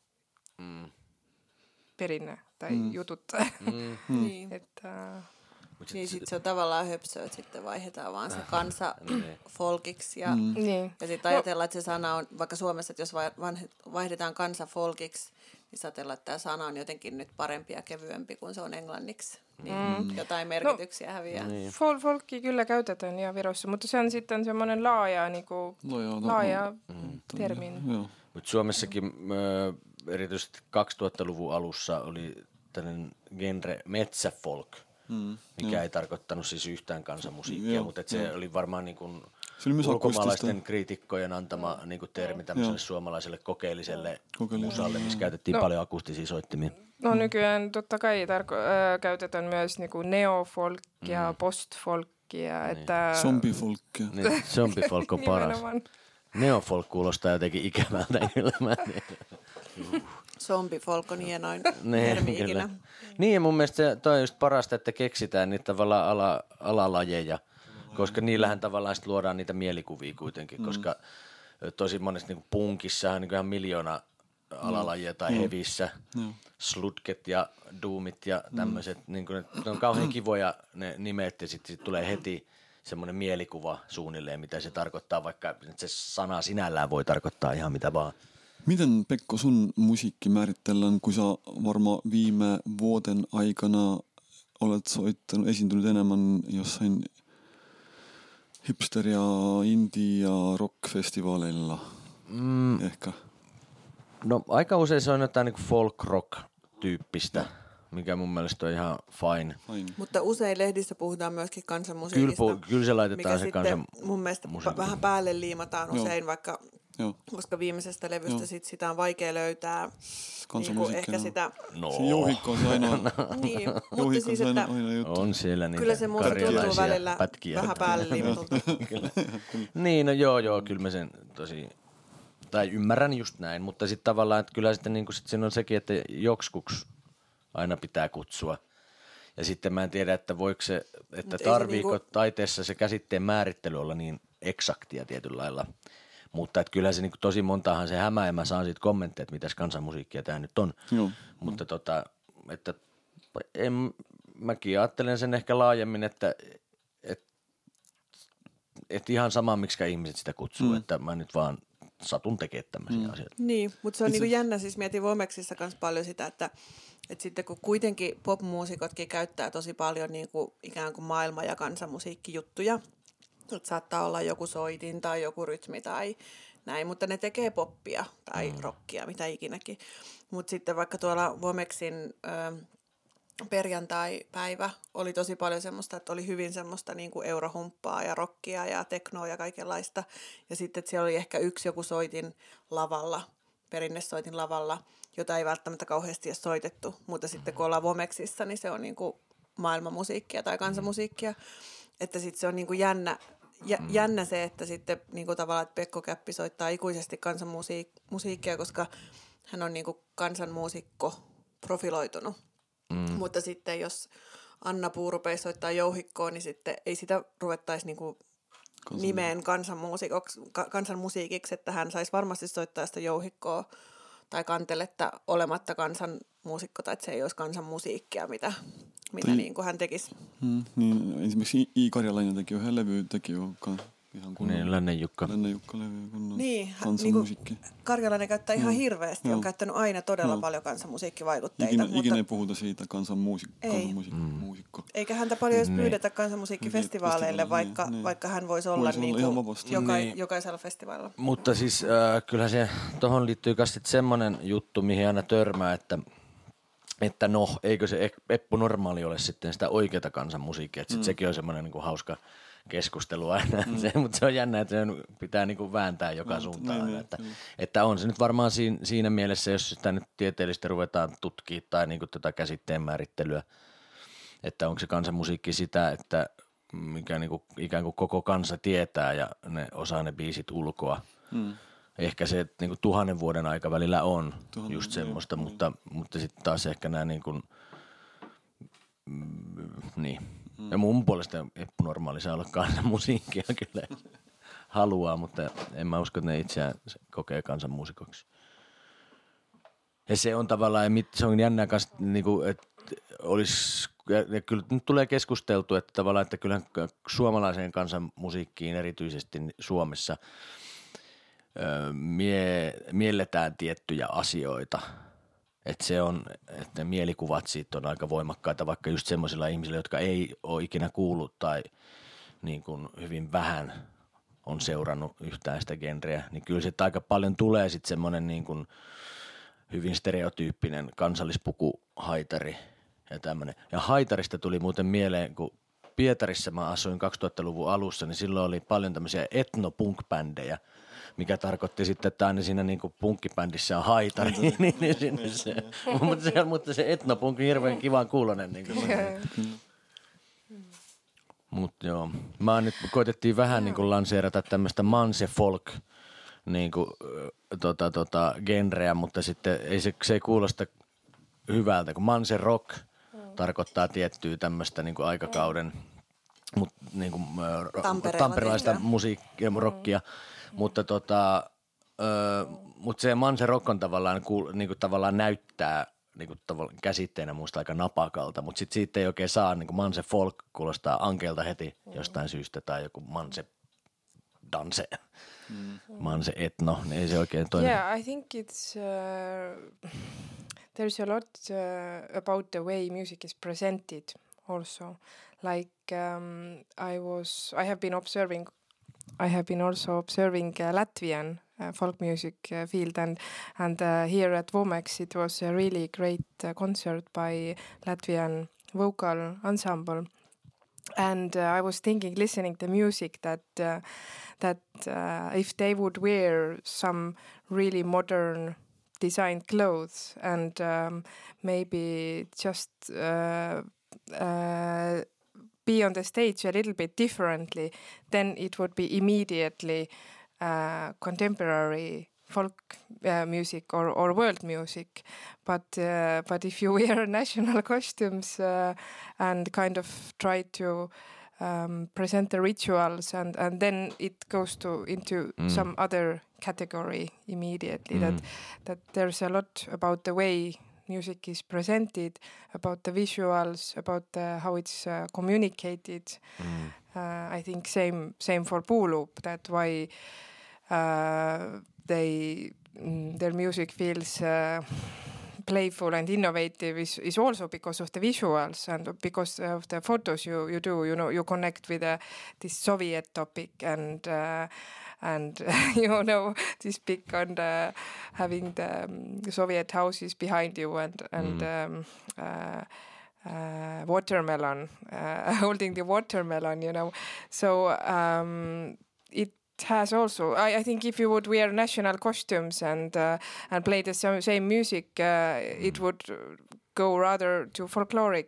perinne tai jutut. Niin. Niin sitten se on tavallaan höpsö, että sitten vaihdetaan vaan se kansa folkiksi. Ja sitten ajatellaan, että se sana on, vaikka Suomessa, että jos vaihdetaan kansa folkiksi, niin ajatellaan, että tämä sana on jotenkin nyt parempi ja kevyempi kuin se on englanniksi. Niin jotain merkityksiä häviää. Niin. Folkki kyllä käytetään ja Virossa, mutta se on sitten semmoinen laaja termin. Mutta Suomessakin erityisesti 2000-luvun alussa oli tällainen genre metsäfolk, mikä ei tarkoittanut siis yhtään kansanmusiikkia, mutta se oli varmaan niin kuin ulkomaalaisten kriitikkojen antama niin kuin termi tämmöiselle suomalaiselle kokeelliselle musalle, missä käytettiin paljon akustisia soittimia. No nykyään totta kai käytetään myös niin kuin neofolkia, postfolkia. Että zombifolkia. Niin, zombifolk on paras. Neofolk kuulostaa jotenkin ikävältä. Zombifolk on hienoin termi ikinä. Niin, ja mun mielestä toi on just parasta, että keksitään niitä tavallaan alalajeja, koska niillähän tavallaan sit luodaan niitä mielikuvia kuitenkin, koska tosi monesti niin punkissa on niin ihan miljoona alalajia tai hevissä, sludget ja doomit ja tämmöiset, niin ne on kauhean kivoja ne nimet ja sitten tulee heti semmoinen mielikuva suunnilleen, mitä se tarkoittaa, vaikka se sana sinällään voi tarkoittaa ihan mitä vaan. Miten, Pekko, sun musiikki määritellään, kun sä varmaan viime vuoden aikana olet esiintynyt enemmän jossain hipster- ja indie- ja rock-festivaaleilla ehkä? No aika usein se on jotain niin folk-rock-tyyppistä, mikä mun mielestä on ihan fine. Mutta usein lehdissä puhutaan myöskin kansanmusiikista. Kyllä se laitetaan se kansanmusiikki. Mun mielestä vähän päälle liimataan usein, vaikka koska viimeisestä levystä sitä on vaikea löytää niinku ehkä sitä. No. Se jouhikko on se ainoa. Niin, mutta siis että on siellä niitä kyllä se musta tuntuu välillä pätkiä. Vähän päälle liimatulta. Niin, no joo, kyllä mä sen tosi, tai ymmärrän just näin, mutta sitten tavallaan, että kyllä sitten niinku sit siinä on sekin, että joksikuks aina pitää kutsua. Ja sitten mä en tiedä, että voiko se, että tarviiko taiteessa se käsitteen määrittely olla niin eksaktia tietyllä lailla. Mutta että kyllähän se niin tosi montahan se hämää ja mä saan siitä kommentteja, että mitäs kansanmusiikkia tämä nyt on. Mutta että mäkin ajattelen sen ehkä laajemmin, että ihan sama, miksi ihmiset sitä kutsuu, että mä nyt vaan satun tekemään tämmöisiä asioita. Niin, mutta se on niin jännä, siis mietin Vomeksissa myös paljon sitä, että sitten kun kuitenkin popmuusikotkin käyttää tosi paljon niin kuin ikään kuin maailma- ja kansanmusiikkijuttuja, että saattaa olla joku soitin tai joku rytmi tai näin, mutta ne tekee poppia tai rockia, mitä ikinäkin. Mutta sitten vaikka tuolla Vomeksin perjantai-päivä oli tosi paljon semmoista, että oli hyvin semmoista niin kuin eurohumppaa ja rockia ja teknoa ja kaikenlaista. Ja sitten että siellä oli ehkä yksi joku soitin lavalla, perinnesoitin lavalla, jota ei välttämättä kauheasti ole soitettu. Mutta sitten kun ollaan Vomeksissa, niin se on niin kuin maailmanmusiikkia tai kansanmusiikkia. Että sitten se on niin kuin jännä se, että sitten niin kuin tavallaan että Pekko Käppi soittaa ikuisesti kansanmusiikkia, koska hän on niin kuin kansanmuusikko profiloitunut. Mutta sitten jos Anna Puu rupeisi soittaa jouhikkoon, niin sitten ei sitä ruvettaisi niinku nimeen kansanmusiikiksi, että hän saisi varmasti soittaa sitä jouhikkoa tai kanteletta olematta kansanmuusikko, tai että se ei olisi kansanmusiikkia, mitä niin kuin hän tekisi. Niin, esimerkiksi I. Karjalainen teki yhden levy, teki ihan kunnon. Niin, Lännen Jukka levy, kunnon kansanmusiikki. Niin, Karjalainen käyttää ihan hirveästi, on käyttänyt aina todella paljon kansanmusiikkivaikutteita. Ikinä ei puhuta siitä kansanmuusikko. Eikä häntä paljon edes pyydetä kansanmusiikkifestivaaleille, vaikka hän voisi olla jokaisella festivaalilla. Mutta siis kyllä se tuohon liittyy myös semmoinen juttu, mihin aina törmää, että no, eikö se Eppu Normaali ole sitten sitä oikeata kansanmusiikkia, että sekin on semmoinen niin kuin hauska keskustelu aina, mutta se on jännä, että se pitää niin kuin vääntää joka suuntaan aina, että on se nyt varmaan siinä mielessä, jos sitä nyt tieteellisesti ruvetaan tutkimaan tai niin kuin tätä käsitteen määrittelyä, että onko se kansanmusiikki sitä, että mikä niin kuin ikään kuin koko kansa tietää ja ne osaa ne biisit ulkoa. Ehkä se niin kuin 1000 vuoden aikavälillä on just semmoista, mutta sitten taas ehkä nämä niin kuin, niin. Ja mun puolesta Eppu Normaali saa olla kansanmusiikkia kyllä haluaa, mutta en mä usko, että ne itseään kokee kansanmuusikoksi. Ja se on tavallaan, se on jännää kanssa, niin kuin, että olisi, ja kyllä nyt tulee keskusteltu, että tavallaan, että kyllähän suomalaiseen kansanmusiikkiin erityisesti Suomessa mielletään tiettyjä asioita. Että se on, että ne mielikuvat siitä on aika voimakkaita, vaikka just semmoisilla ihmisillä, jotka ei ole ikinä kuullut tai niin kuin hyvin vähän on seurannut yhtään sitä genreä, niin kyllä se aika paljon tulee sitten semmoinen niin kuin hyvin stereotyyppinen kansallispukuhaitari ja tämmöinen. Ja haitarista tuli muuten mieleen, kun Pietarissa mä asuin 2000-luvun alussa, niin silloin oli paljon tämmöisiä etnopunk-bändejä, mikä tarkoitti sitten, että aina siinä niinku punkkibändissä on haitari. Mutta se etnopunk on hirveän kivan kuulonen. Niin mutta joo, nyt koitettiin vähän niin kuin lanseerata tämmöistä manse folk niin kuin, genreä, mutta sitten se ei kuulosta hyvältä, kun manse rock tarkoittaa tiettyä tämmöistä niin kuin aikakauden niin kuin, tamperelaista musiikkia, rockia. Mutta se manse rock on tavallaan, niin kuin tavallaan näyttää niin kuin käsitteenä muista aika napakalta, mutta sitten siitä ei oikein saa, niin kuin manse folk kuulostaa ankeelta heti jostain syystä tai joku manse danse, manse etno, niin ei se oikein toimi. Yeah, I think it's there's a lot about the way music is presented also. Like I have been also observing Latvian folk music field, and here at Vomex it was a really great concert by Latvian vocal ensemble. And I was thinking, listening to music, that if they would wear some really modern designed clothes and maybe just be on the stage a little bit differently, then it would be immediately contemporary folk music or world music. But if you wear national costumes and kind of try to present the rituals and then it goes into some other category immediately, that there's a lot about the way music is presented, about the visuals, about how it's communicated. I think same for Puuluup, that why their music feels playful and innovative is also because of the visuals and because of the photos you do. You know, you connect with this Soviet topic and you know, this pic on having the Soviet houses behind you and watermelon, holding the watermelon, you know. So it has also, I think if you would wear national costumes and play the same music, it would go rather to folkloric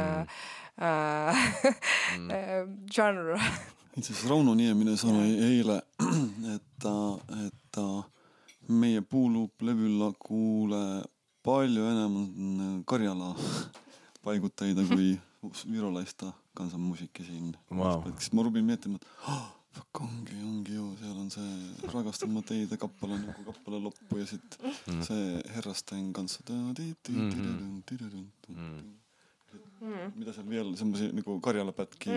genre. Itse asiassa Rauno Nieminen sanoi eile, että meie Puuluup-levyllä kuulee paljon enemmän Karjala vaikutteita kuin virolaista kansanmusiikkia sinne. Wow. Mä rupin miettimään, että Ongi joo, siellä on se rakastan mä teitä kappale niin kappale loppu ja sitten se herrasten kanssa. Mitä siellä vielä, semmoisia niin karjalapätkiä.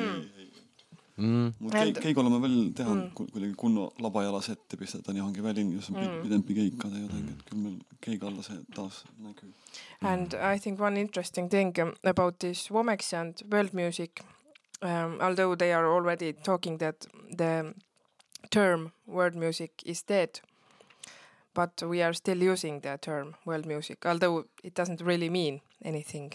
Mutta keikolla mä välillä tehdään kuitenkin kunnon lapajalasetti, pistetään johonkin väliin, jos on pidempi keikka tai jotenkin. Kyllä meillä keikalla se taas näkyy. And I think one interesting thing about this Womex and world music, although they are already talking that the term world music is dead, but we are still using the term world music, although it doesn't really mean anything.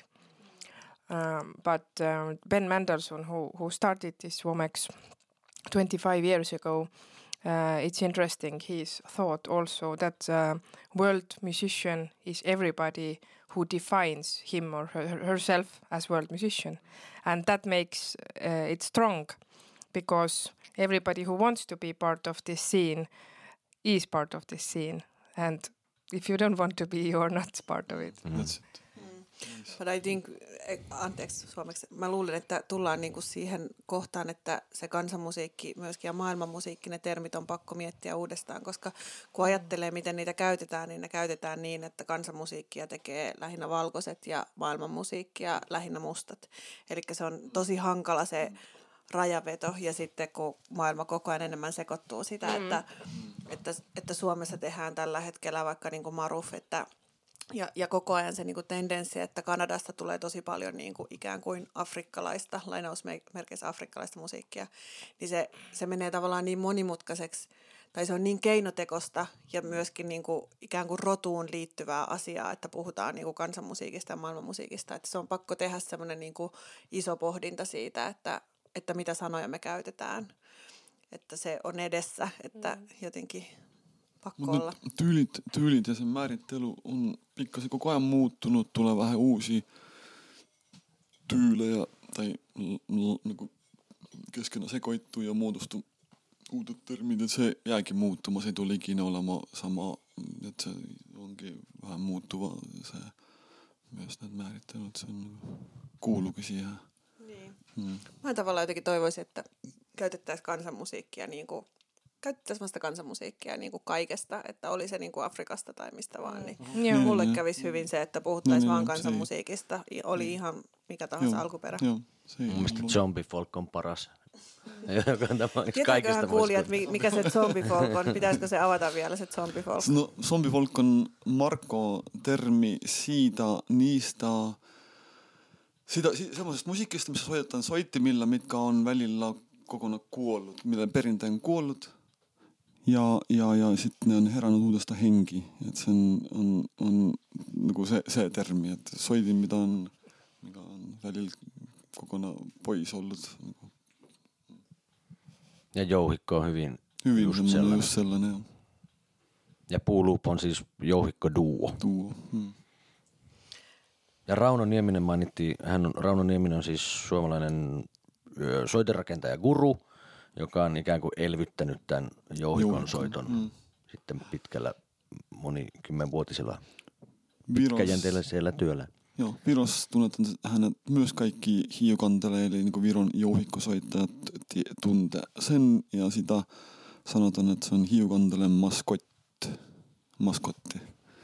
But Ben Mendelssohn, who started this Womex 25 years ago, it's interesting. He's thought also that world musician is everybody who defines him or herself as world musician, and that makes it strong, because everybody who wants to be part of this scene is part of this scene, and if you don't want to be, you're not part of it. That's it. But I think, anteeksi suomeksi, mä luulen, että tullaan niinku siihen kohtaan, että se kansanmusiikki myöskin ja maailmanmusiikki, ne termit on pakko miettiä uudestaan, koska kun ajattelee, miten niitä käytetään, niin ne käytetään niin, että kansanmusiikkia tekee lähinnä valkoiset ja maailmanmusiikkia lähinnä mustat. Eli se on tosi hankala se rajaveto, ja sitten kun maailma koko ajan enemmän sekoittuu sitä, että Suomessa tehdään tällä hetkellä vaikka niin kuin Maruf, ja koko ajan se niinku tendenssi, että Kanadasta tulee tosi paljon niinku ikään kuin afrikkalaista, lainausmerkeissä afrikkalaista musiikkia, niin se menee tavallaan niin monimutkaiseksi, tai se on niin keinotekosta ja myöskin niinku ikään kuin rotuun liittyvää asiaa, että puhutaan niinku kansanmusiikista ja maailmanmusiikista, että se on pakko tehdä semmoinen niinku iso pohdinta siitä, että mitä sanoja me käytetään, että se on edessä, että jotenkin pakko olla. Tyylit ja sen määrittely on pikkasen koko ajan muuttunut, tulee vähän uusia tyylejä tai niin keskenään sekoittuu ja muodostuu uudet termit, että se jääkin muuttumaan, se ei tule ikinä olemaan sama, että se onkin vähän muuttuva se myös näitä määrittelyt, se on kuuluukin siihen. Niin. Mä tavallaan jotenkin toivoisin, että käytettäisiin kansanmusiikkia niin kuin käytettäisiin vasta kansanmusiikkia niin kuin kaikesta, että oli se niin kuin Afrikasta tai mistä vaan. Niin mulle kävisi hyvin se, että puhuttaisiin vaan kansanmusiikista. Oli ihan mikä tahansa alkuperä. Mun mielestä zombifolk on paras. Tietääköhän kuulijat, mikä se zombifolk on? Pitäisikö se avata vielä se zombifolk? No, zombifolk on Marko-termi semmoisesta musiikista, missä soitetaan soittimilla, mitkä on välillä kokonaan kuollut, millä perinteen kuollut. Ja sitten ne on herännyt uudesta henki. Että se on niinku se termi, että soitin, mikä on välillä kokonaan pois ollut. Ja jouhikko on hyvin just sellainen. Ja puuluup on siis jouhikko-duo. Ja Rauno Nieminen mainittiin, Rauno Nieminen on siis suomalainen soiterakentaja guru, joka on ikään kuin elvyttänyt tämän jouhikon soiton sitten pitkällä monikymmenvuotisella pitkäjänteisellä työllä. Joo, Virossa tunnetaan hänet myös kaikki hiiokantele, eli niin Viron jouhikkosoittajat tuntee sen, ja sitä sanotaan, että se on hiiokantelen maskotti.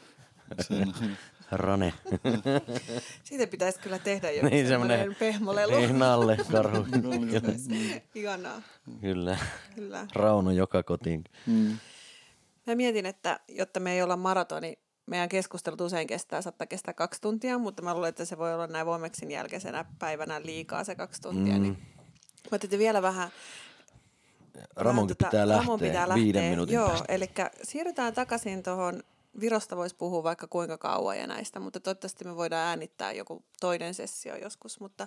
Rane. Siitä pitäisi kyllä tehdä joku niin, semmoinen pehmolelu. Niin, nalle, karhu. Ihanaa. Kyllä. Rauno joka kotiin. Mä mietin, että jotta me ei olla maratoni, meidän keskustelut usein saattaa kestää 2 tuntia, mutta mä luulen, että se voi olla näin Womexin jälkeisenä päivänä liikaa se 2 tuntia. Niin mä ajattelin vielä vähän. Ramonkin pitää lähteä 5 minuutin Joo, päästä. eli siirrytään takaisin tuohon. Virosta voisi puhua vaikka kuinka kauan ja näistä, mutta toivottavasti me voidaan äänittää joku toinen sessio joskus. Mutta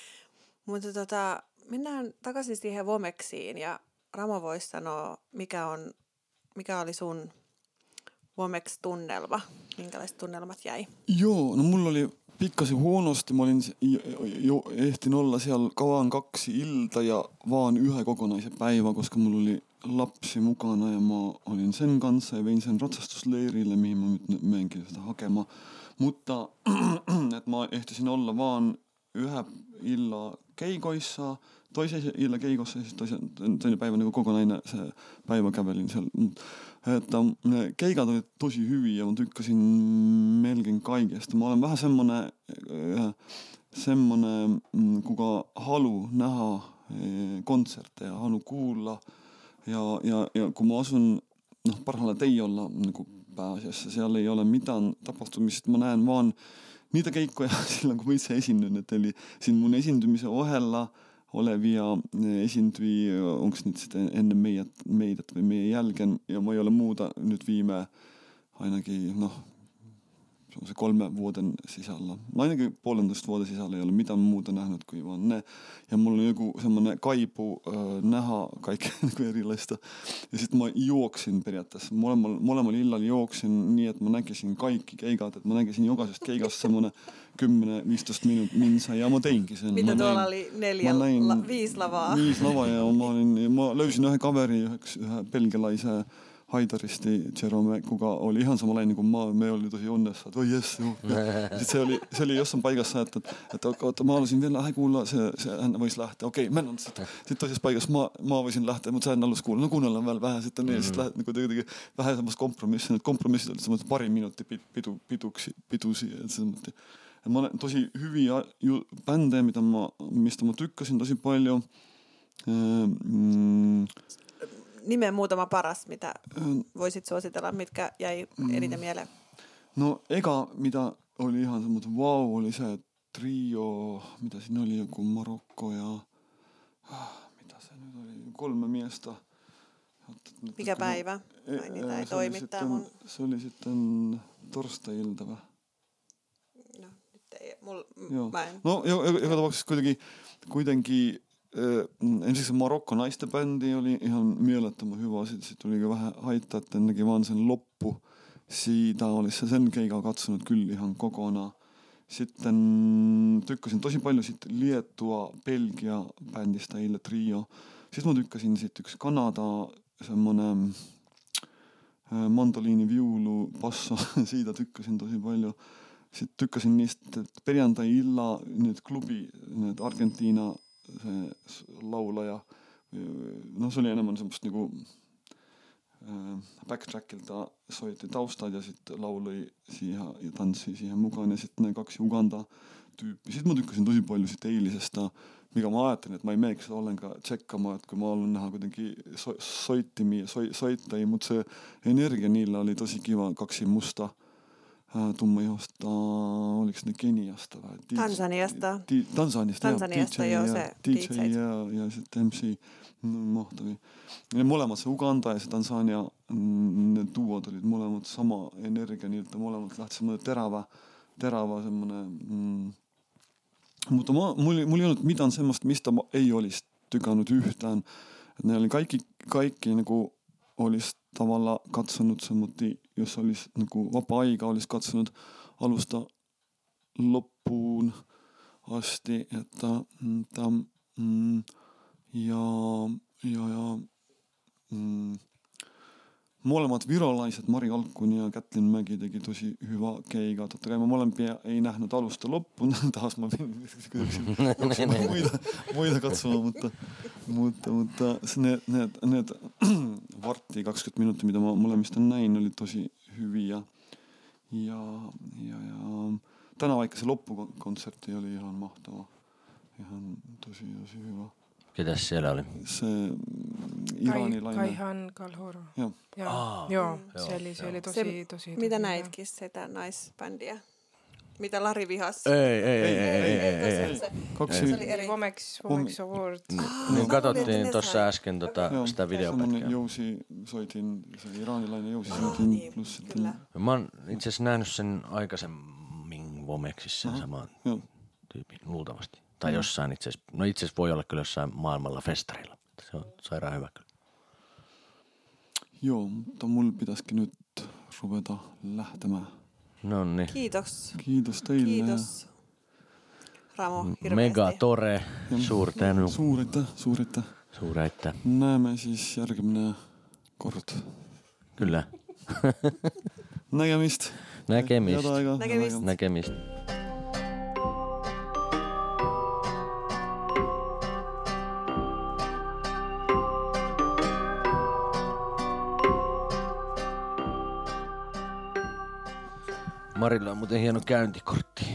mennään takaisin siihen Womexiin, ja Ramo voisi sanoa, mikä oli sun Womex-tunnelma, minkälaiset tunnelmat jäi? Joo, no mulla oli pikkasen huonosti. Mä olin jo ehtin olla siellä kauan 2 iltaa ja vaan 1 kokonaisen päivän, koska mulla oli lapsi mukana ja mä olin sen kanssa ja vein sen ratsastusleirille, mihin mä nyt menenkin sitä hakemaan. Mutta että mä ehtisin olla vaan yhä illa keikoissa, toisen illa keikossa ja sitten toinen päivä niin kokonainen se päivä kävelin siellä. Että ne keikat oli tosi hyviä ja mä tykkäsin melkein kaikesta. Mä olen vähän semmonen kuka halu nähdä konsertteja, halu kuulla. Ja kun mä asun parhaalla Teijolla niin pääasiassa, siellä ei ole mitään tapahtumista. Mä näen vaan niitä keikkoja silloin, kun mä itse esiinnyn. Eli siinä mun esiintymisen ohella olevia esiintyjiä, onko nyt sitten ennen meidät vai meidän jälkeen. Ja mä ei ole muuta nyt viime ainakin, se 3 vuoden sisällä. Ainakin 1,5 vuoden sisällä ei ole mitään muuta nähnyt kuin vaan ne. Ja mulla on joku semmoinen kaipu nähdä kaikkea erilaista. Ja sitten mä juoksin periaatteessa. Molemmalla illalla juoksin niin, että mä näkisin kaikki keikat. Että mä näkisin jokaisesta keikasta semmoinen 10-15 minuuttia ja mä teinkin sen. Mitä tuolla oli 5 lavaa? 5 lavaa ja mä löysin yhden kaverin, yhden belgialaisen haitaristi Jerome, kuka oli ihan samanlainen kuin me oli tosi onnessa, että jes, joo. Sitten se oli jossain paikassa, että mä haluaisin vielä kuulla, hän voisi lähteä. Okei, mennään sitten. Sitten toisessa paikassa mä voisin lähteä, mutta sä en halus kuulla. No kuunnellaan vielä vähän sitten. Niin, sitten lähdet niin vähän semmoista kompromissia. Kompromissit oli semmoista 2 minuuttia pituisia. Mä olen tosi hyviä bändejä, mistä mä tykkäsin tosi paljon. Nimen muutama paras, mitä voisit suositella, mitkä jäi eniten mieleen? No eka, mitä oli ihan semmoinen wow, oli se trio, mitä siinä oli, joku Marokko ja mitä se nyt oli, 3 miestä. Mikä päivä? Vai niitä ei toimittaa mun? Se oli sitten torstai-iltava. No, nyt ei, mä en. No, joka tapauksessa kuitenkin ensiksi Marokko naisten bändi oli ihan mielettömän hyvä. Sitten tuli vähän haittaa, että ennenkin vaan sen loppu. Siitä olisi sen keikaa katsonut kyllä ihan kokonaan. Sitten tykkäsin tosi paljon sitten Liettua, Belgia bändistä Ille Trio. Sitten mä tykkäsin sitten yksi Kanada, semmonen mandoliini, viulu, basso. Siitä tykkäsin tosi paljon. Sitten tykkäsin niistä perjantai-illa nyt klubi, nyt Argentiina se laulaja. No se oli enemmän semmoista niinku backtrackilta soitti taustaa ja sitten lauloi siihen ja tanssi siihen mukaan. Ja sitten ne 2 Uganda-tyyppiä. Sitten mä tykkäsin tosi paljon siitä eilisestä, mikä mä ajattelin, että mä ei meneekö sitä ollenkaan tsekkaamaan, että kun mä olen nähdä kuitenkin soittajia, mutta se energia niillä oli tosi kiva. 2 musta tummaihosta, oliko ne Keniasta vai? Tansaniasta. Tansaniasta, joo, se DJ ja sitten MC, mahtavia. Ne molemmat, se Uganda ja se Tansania, ne duot olivat molemmat sama energia, niiltä molemmat lähti semmoinen terävä semmoinen. Mutta mulla ei ollut mitään semmoista, mistä mä ei olisi tykännyt yhtään. Et ne oli kaikki niinku olisi tavallaan katsonut semmoinen, jos olisi niinku vapaa-aika, olisi katsonut alusta loppuun asti, että molemmat virolaiset, Mari Alkkuni ja Kätlin Mäki teki tosi hyvä keika. Totta kai mä molempia ei nähnyt alusta loppuun, taas mä menin muita katsomaan, mutta ne varttia 20 minuuttia, mitä mä molemmista näin, oli tosi hyviä. Ja tänään vaikka se loppukonsertti oli ihan mahtava. Ihan tosi hyvä. Ketäs siellä oli? Se iranilainen. Kaihan Kalhoro. Joo. Se oli tosi mitä näitkin sitä naisbändiä? Mitä Lari vihasi? Ei. Se oli eri. Womex Award. Niin katsottiin tuossa äsken sitä videopätkää. Jousi soitin, se iranilainen Jousi soitin. Plus kyllä. Mä oon itse asiassa nähnyt sen aikaisemmin Womexissa sen saman tyypin luultavasti. Tai jossain itse asiassa voi olla kyllä jossain maailmalla festareilla. Se on sairaan hyvä kyllä. Joo, mutta mulla pitäisikin nyt ruveta lähtemään. Noniin. Kiitos. Kiitos teille. Kiitos. Ramo, hirveästi. Megatore. Suuretta. Näemme siis järkeminen kort. Kyllä. Näkemistä. Näkemistä. Marilla on muuten hieno käyntikortti.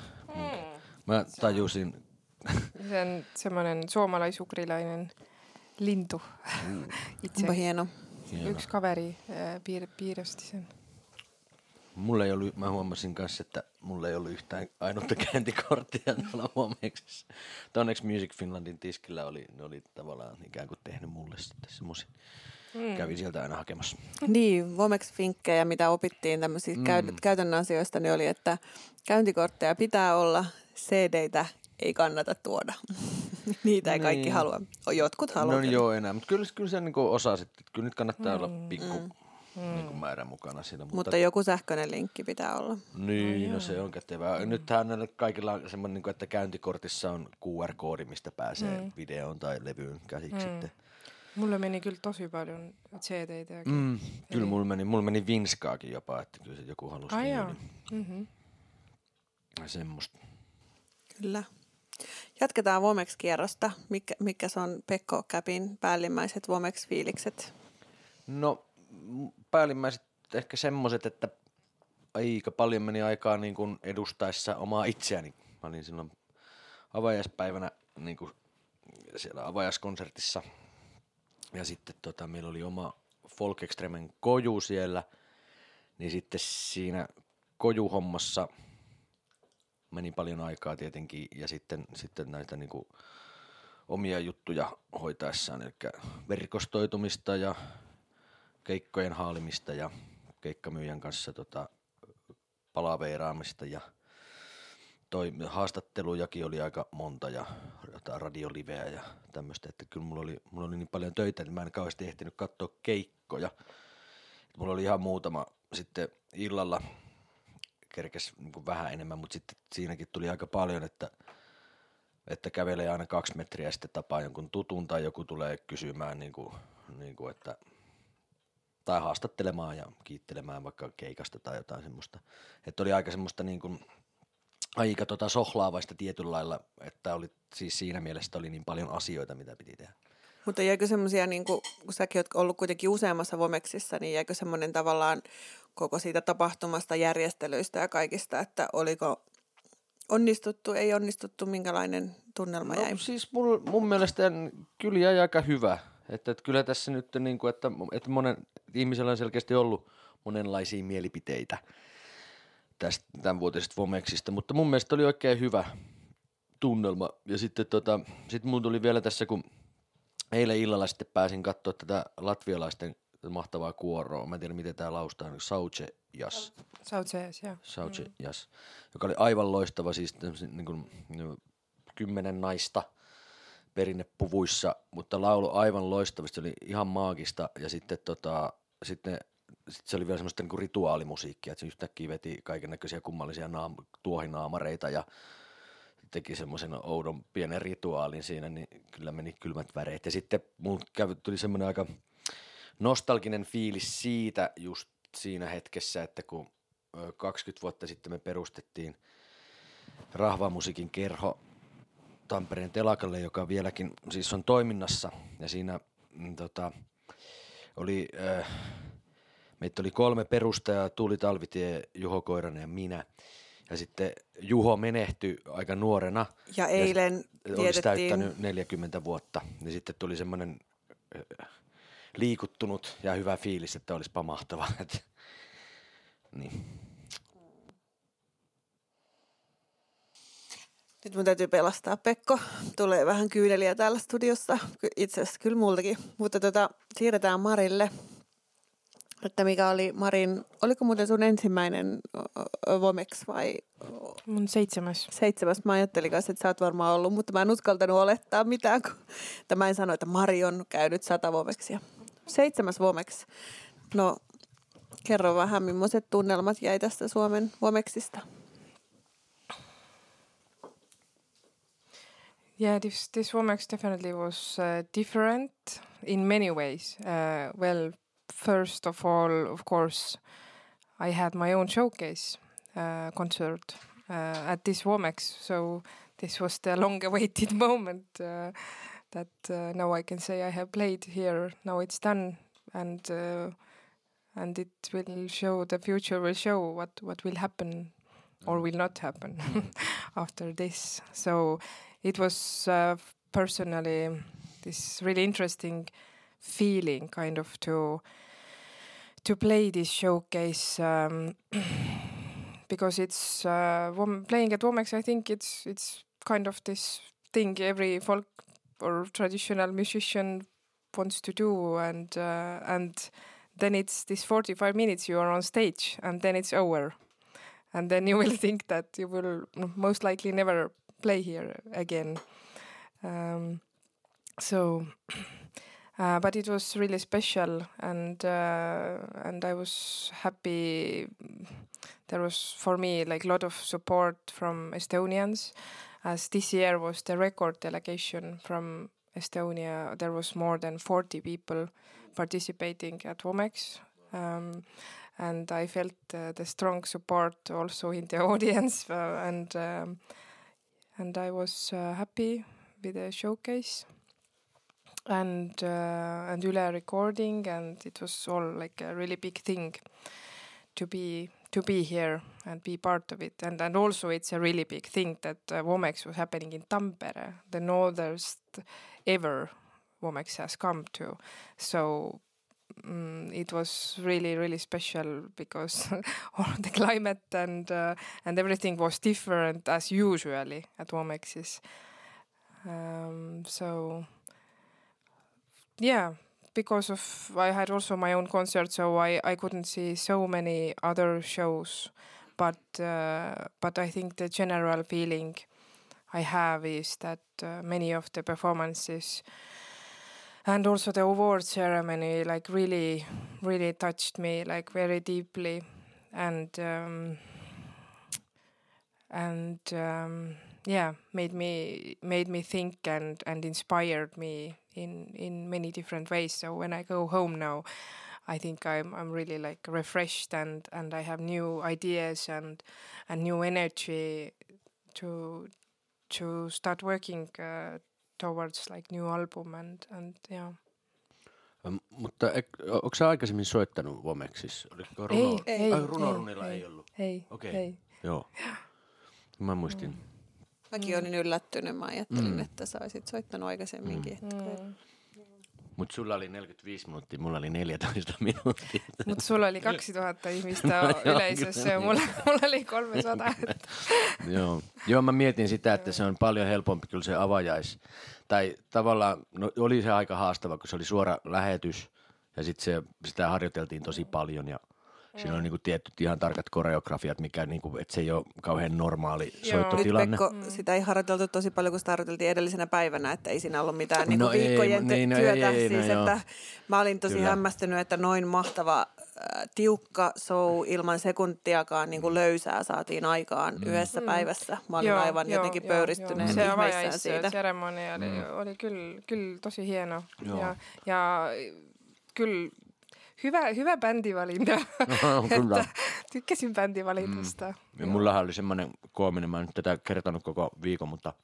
Mä tajusin. Se on semmoinen suomalaisukrilainen lintu. Onpa hieno. Yksi kaveri piirasti sen. Mulla ei ollut, mä huomasin kanssa, että mulla ei ollut yhtään ainutta käyntikorttia tuolla Womeksissa. Onneksi Music Finlandin tiskillä ne oli tavallaan ikään kuin tehnyt mulle sitten semmoisen. Kävin sieltä aina hakemassa. Niin, Womex-finkkejä, mitä opittiin tämmöisistä käytännön asioista, niin oli, että käyntikortteja pitää olla, CD-tä ei kannata tuoda. Niitä ei kaikki halua. Jotkut haluaa. No joo enää, mutta kyllä se niin osasit. Kyllä nyt kannattaa olla pikku niin määrä mukana siinä. Mutta joku sähköinen linkki pitää olla. Niin, no se on kätevää. Nythän näillä kaikilla on semmoinen, että käyntikortissa on QR-koodi, mistä pääsee videoon tai levyyn käsiksi sitten. Mulle meni kyllä tosi paljon CD-tä. Kyllä mulla meni Vinskaakin jopa, että kyllä se joku halusi niin. Semmoista. Kyllä. Jatketaan Womex-kierrosta. Mikä on Pekko Käpin päällimmäiset Womex-fiilikset? No päällimmäiset ehkä semmoiset, että aika paljon meni aikaa niin kuin edustaessa omaa itseäni. Mä olin silloin avajaispäivänä niin kuin siellä avajaiskonsertissa. Ja sitten meillä oli oma Folk Extremen koju siellä, niin sitten siinä kojuhommassa meni paljon aikaa tietenkin ja sitten näitä niinku omia juttuja hoitaessaan, eli verkostoitumista ja keikkojen haalimista ja keikkamyyjän kanssa palaveeraamista ja haastattelujakin oli aika monta ja jotain radioliveä ja tämmöistä, että kyllä mulla oli niin paljon töitä, että mä en kauheasti ehtinyt katsoa keikkoja. Mulla oli ihan muutama sitten illalla, kerkes niin vähän enemmän, mutta sitten siinäkin tuli aika paljon, että kävelee aina 2 metriä ja sitten tapaa jonkun tutun tai joku tulee kysymään niin kuin, että tai haastattelemaan ja kiittelemään vaikka keikasta tai jotain semmoista. Että oli aika semmoista niin kuin aika sohlaavaista tietyllä lailla, että oli siis siinä mielessä oli niin paljon asioita, mitä piti tehdä. Mutta jäikö semmoisia, niin kun säkin olet ollut kuitenkin useammassa Womexissa, niin jäikö semmoinen tavallaan koko siitä tapahtumasta, järjestelyistä ja kaikista, että oliko onnistuttu, ei onnistuttu, minkälainen tunnelma jäi? No siis mun mielestä kyllä jäi aika hyvä. Että kyllä tässä nyt, niin kuin, että monen ihmisellä on selkeästi ollut monenlaisia mielipiteitä tästä tämänvuotisesta Womexista, mutta mun mielestä oli oikein hyvä tunnelma. Ja sitten sit mun tuli vielä tässä, kun eilen illalla sitten pääsin katsoa tätä latvialaisten mahtavaa kuoroa. Mä en tiedä, miten tää laustaa. Sauce Jas. Sauce Jas. Joka oli aivan loistava, siis niin kuin 10 naista perinnepuvuissa, mutta laulu aivan loistavasti, se oli ihan maagista. Ja sitten sitten se oli vielä semmoista niinku rituaalimusiikkia, että se yhtäkkiä veti kaikennäköisiä kummallisia tuohinaamareita ja teki semmoisen oudon pienen rituaalin siinä, niin kyllä meni kylmät väreet. Ja sitten mulla tuli semmoinen aika nostalginen fiilis siitä just siinä hetkessä, että kun 20 vuotta sitten me perustettiin rahvamusiikin kerho Tampereen telakalle, joka vieläkin siis on toiminnassa, ja siinä oli meitä oli 3 perustajaa, Tuuli Talvitie, Juho Koiranen ja minä. Ja sitten Juho menehtyi aika nuorena. Ja eilen olisi täyttänyt 40 vuotta. Ja sitten tuli semmoinen liikuttunut ja hyvä fiilis, että olisipa mahtavaa. Niin. Nyt mun täytyy pelastaa, Pekko. Tulee vähän kyyneliä täällä studiossa. Itse asiassa kyllä multakin. Mutta siirretään Marille. Että mikä oli Marin, oliko muuten sun ensimmäinen Womex vai? Mun 7. 7. Mä ajattelin kanssa, että sä oot varmaan ollut, mutta mä en uskaltanut olettaa mitään. Mä en sano, että Mari on käynyt 100 Womexia. 7. Womex. No, kerro vähän, millaiset tunnelmat jäi tästä Suomen Womexista? Yeah, this Womex definitely was different in many ways. Well, first of all, of course, I had my own showcase concert at this Womex, so this was the long-awaited moment that now I can say I have played here. Now it's done, and and it will show, the future will show what will happen or will not happen after this. So it was personally this really interesting feeling kind of to play this showcase because it's playing at Womex. I think it's kind of this thing every folk or traditional musician wants to do, and then it's this 45 minutes you are on stage and then it's over, and then you will think that you will most likely never play here again. But it was really special, and I was happy. There was for me like a lot of support from Estonians, as this year was the record delegation from Estonia. There was more than 40 people participating at Womex, and I felt the strong support also in the audience, and I was happy with the showcase. And Üle recording, and it was all like a really big thing to be here and be part of it, and also it's a really big thing that Womex was happening in Tampere, the northernest ever Womex has come to. So it was really, really special because all the climate and everything was different as usually at Womex's. So yeah, because of I had also my own concert, so I couldn't see so many other shows, but I think the general feeling I have is that many of the performances and also the award ceremony like really, really touched me like very deeply, and yeah, made me think and inspired me in many different ways. So when I go home now, I think I'm really like refreshed, and I have new ideas and new energy to start working towards like new album and yeah. Mutta onko sä aikaisemmin soittanut Womexissa? Oliko runorunilla ei ollut? Ei. Okei. Ei. Joo. Mä muistin. Mäkin olin yllättynyt. Mä ajattelin, että sä olisit soittanut aikaisemminkin. Mutta sulla oli 45 minuuttia, mulla oli 14 minuuttia. Mutta sulla oli 2000 ihmistä yleisössä ja mulla oli 300. Joo, mä mietin sitä, että se on paljon helpompi kyllä se avajais. Tai tavallaan, oli se aika haastava, kun se oli suora lähetys ja sitten sitä harjoiteltiin tosi paljon ja siinä on niinku tietyt ihan tarkat koreografiat, mikä niinku, että se ei ole kauhean normaali soittotilanne. Nyt Pekko, sitä ei harjoiteltu tosi paljon, kun sitä harjoiteltiin edellisenä päivänä, että ei siinä ollut mitään niinku viikkojen työtä. Että mä olin tosi hämmästynyt, että noin mahtava tiukka show ilman sekuntiakaan niinku löysää saatiin aikaan yhdessä päivässä. Mä olin aivan jotenkin pöyristynyt. Se avajaiseremonia oli kyllä tosi hieno. Ja kyllä hyvä bändivalinta. Että tykkäsin bändivalintasta. Ja mullahan oli semmoinen koominen, mä en nyt tätä kertonut koko viikon, mutta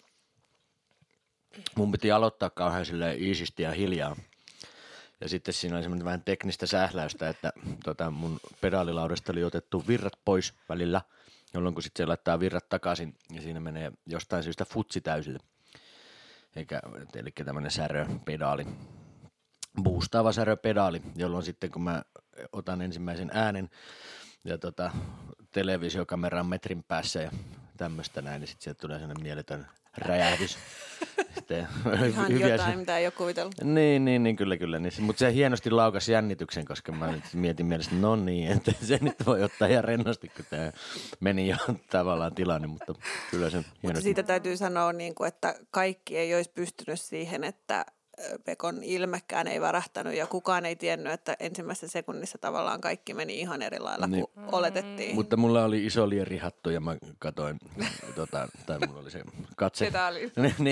mun piti aloittaa kauhean silleen iisisti ja hiljaa. Ja sitten siinä oli semmoinen vähän teknistä sähläystä, että mun pedaalilaudasta oli otettu virrat pois välillä, jolloin kun sitten se laittaa virrat takaisin ja siinä menee jostain syystä futsi täysille. Eli tämmöinen säröpedaali. Boostaava säröpedaali, jolloin sitten kun mä otan ensimmäisen äänen ja televisiokamera on metrin päässä ja tämmöistä näin, niin sitten sieltä tulee sellainen mieletön räjähdys. Ihan jotain, mitä ei ole kuvitellut. Niin, kyllä. Niin, mutta se hienosti laukasi jännityksen, koska mä nyt mietin mielestä, no niin, että se nyt voi ottaa ihan rennosti, kun tämä meni jo tavallaan tilanne, mutta kyllä se hienosti. Mutta siitä täytyy sanoa, että kaikki ei olisi pystynyt siihen, että Pekon ilmekään ei värähtänyt ja kukaan ei tiennyt, että ensimmäisessä sekunnissa tavallaan kaikki meni ihan eri lailla kuin oletettiin. Mutta mulla oli iso lierihattu ja mä katoin, tai mulla oli se katse. Pedaali.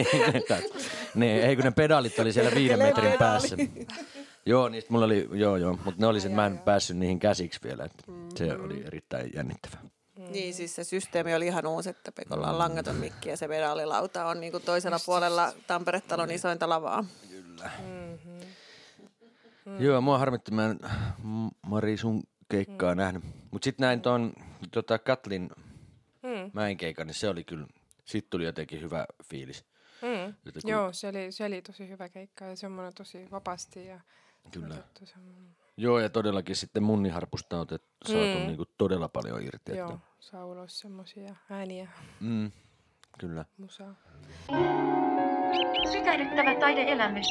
Ei kun ne pedaalit oli siellä 5 metrin päässä. Joo, niistä mulla oli, mutta ne oli se, että mä en päässyt niihin käsiksi vielä, että se oli erittäin jännittävää. Niin, siis se systeemi oli ihan uusi, että Pekolla on langaton mikki ja se pedaalilauta on niinku toisella puolella Tampere-talon isointa lavaa. Kyllä. Joo, mua harmitti, mä en Mari sun keikkaa nähnyt. Mut sit näin ton Katlin mäen keikan, niin se oli kyllä, siitä tuli jotenkin hyvä fiilis. Joo, se oli tosi hyvä keikka ja semmoinen tosi vapaasti ja Kyllä. semmoinen. Joo, ja todellakin sitten munniharpusta on saatu niinku todella paljon irti. Joo, että... saa ulos semmoisia ääniä, kyllä. musaa. Sykähdyttävä taideelämys.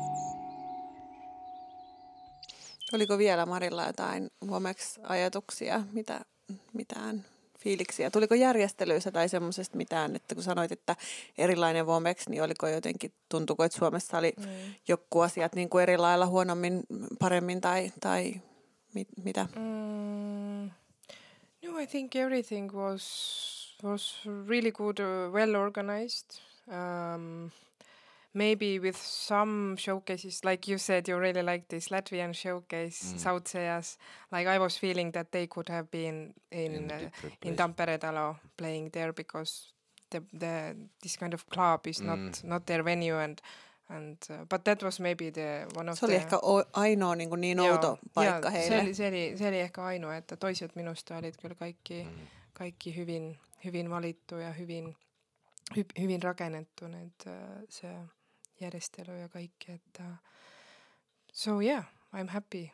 Oliko vielä Marilla jotain Womex-ajatuksia, mitään fiiliksiä? Tuliko järjestelyissä tai semmoisesta mitään, että kun sanoit, että erilainen Womex, niin oliko jotenkin, tuntuuko, että Suomessa oli joku asiat niin kuin eri lailla huonommin, paremmin tai mitä? No, I think everything was really good, well organized. Maybe with some showcases, like you said, you really like this Latvian showcase, Sautseas. Like I was feeling that they could have been in Tampere Talo playing there because this kind of club is not their venue and but that was maybe the one of se oli ehkä ainoa niin outo paikka heille. Se oli ehkä ainoa, että toiset minusta olit kyllä kaikki hyvin valittu ja hyvin rakennettu se järjestely ja kaikki, että so yeah, I'm happy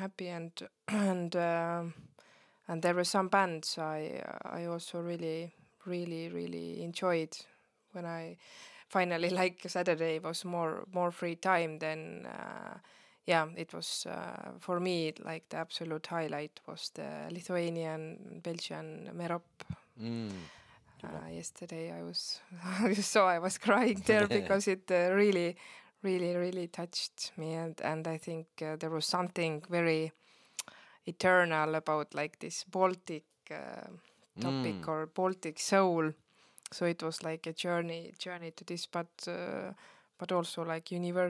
and there were some bands I also really enjoyed when I finally, like Saturday was more free time, then it was for me like the absolute highlight was the Lithuanian Belgian Merop. Yesterday I was crying there because it really touched me and I think there was something very eternal about like this Baltic topic or Baltic soul. So it was like a journey to this, but also like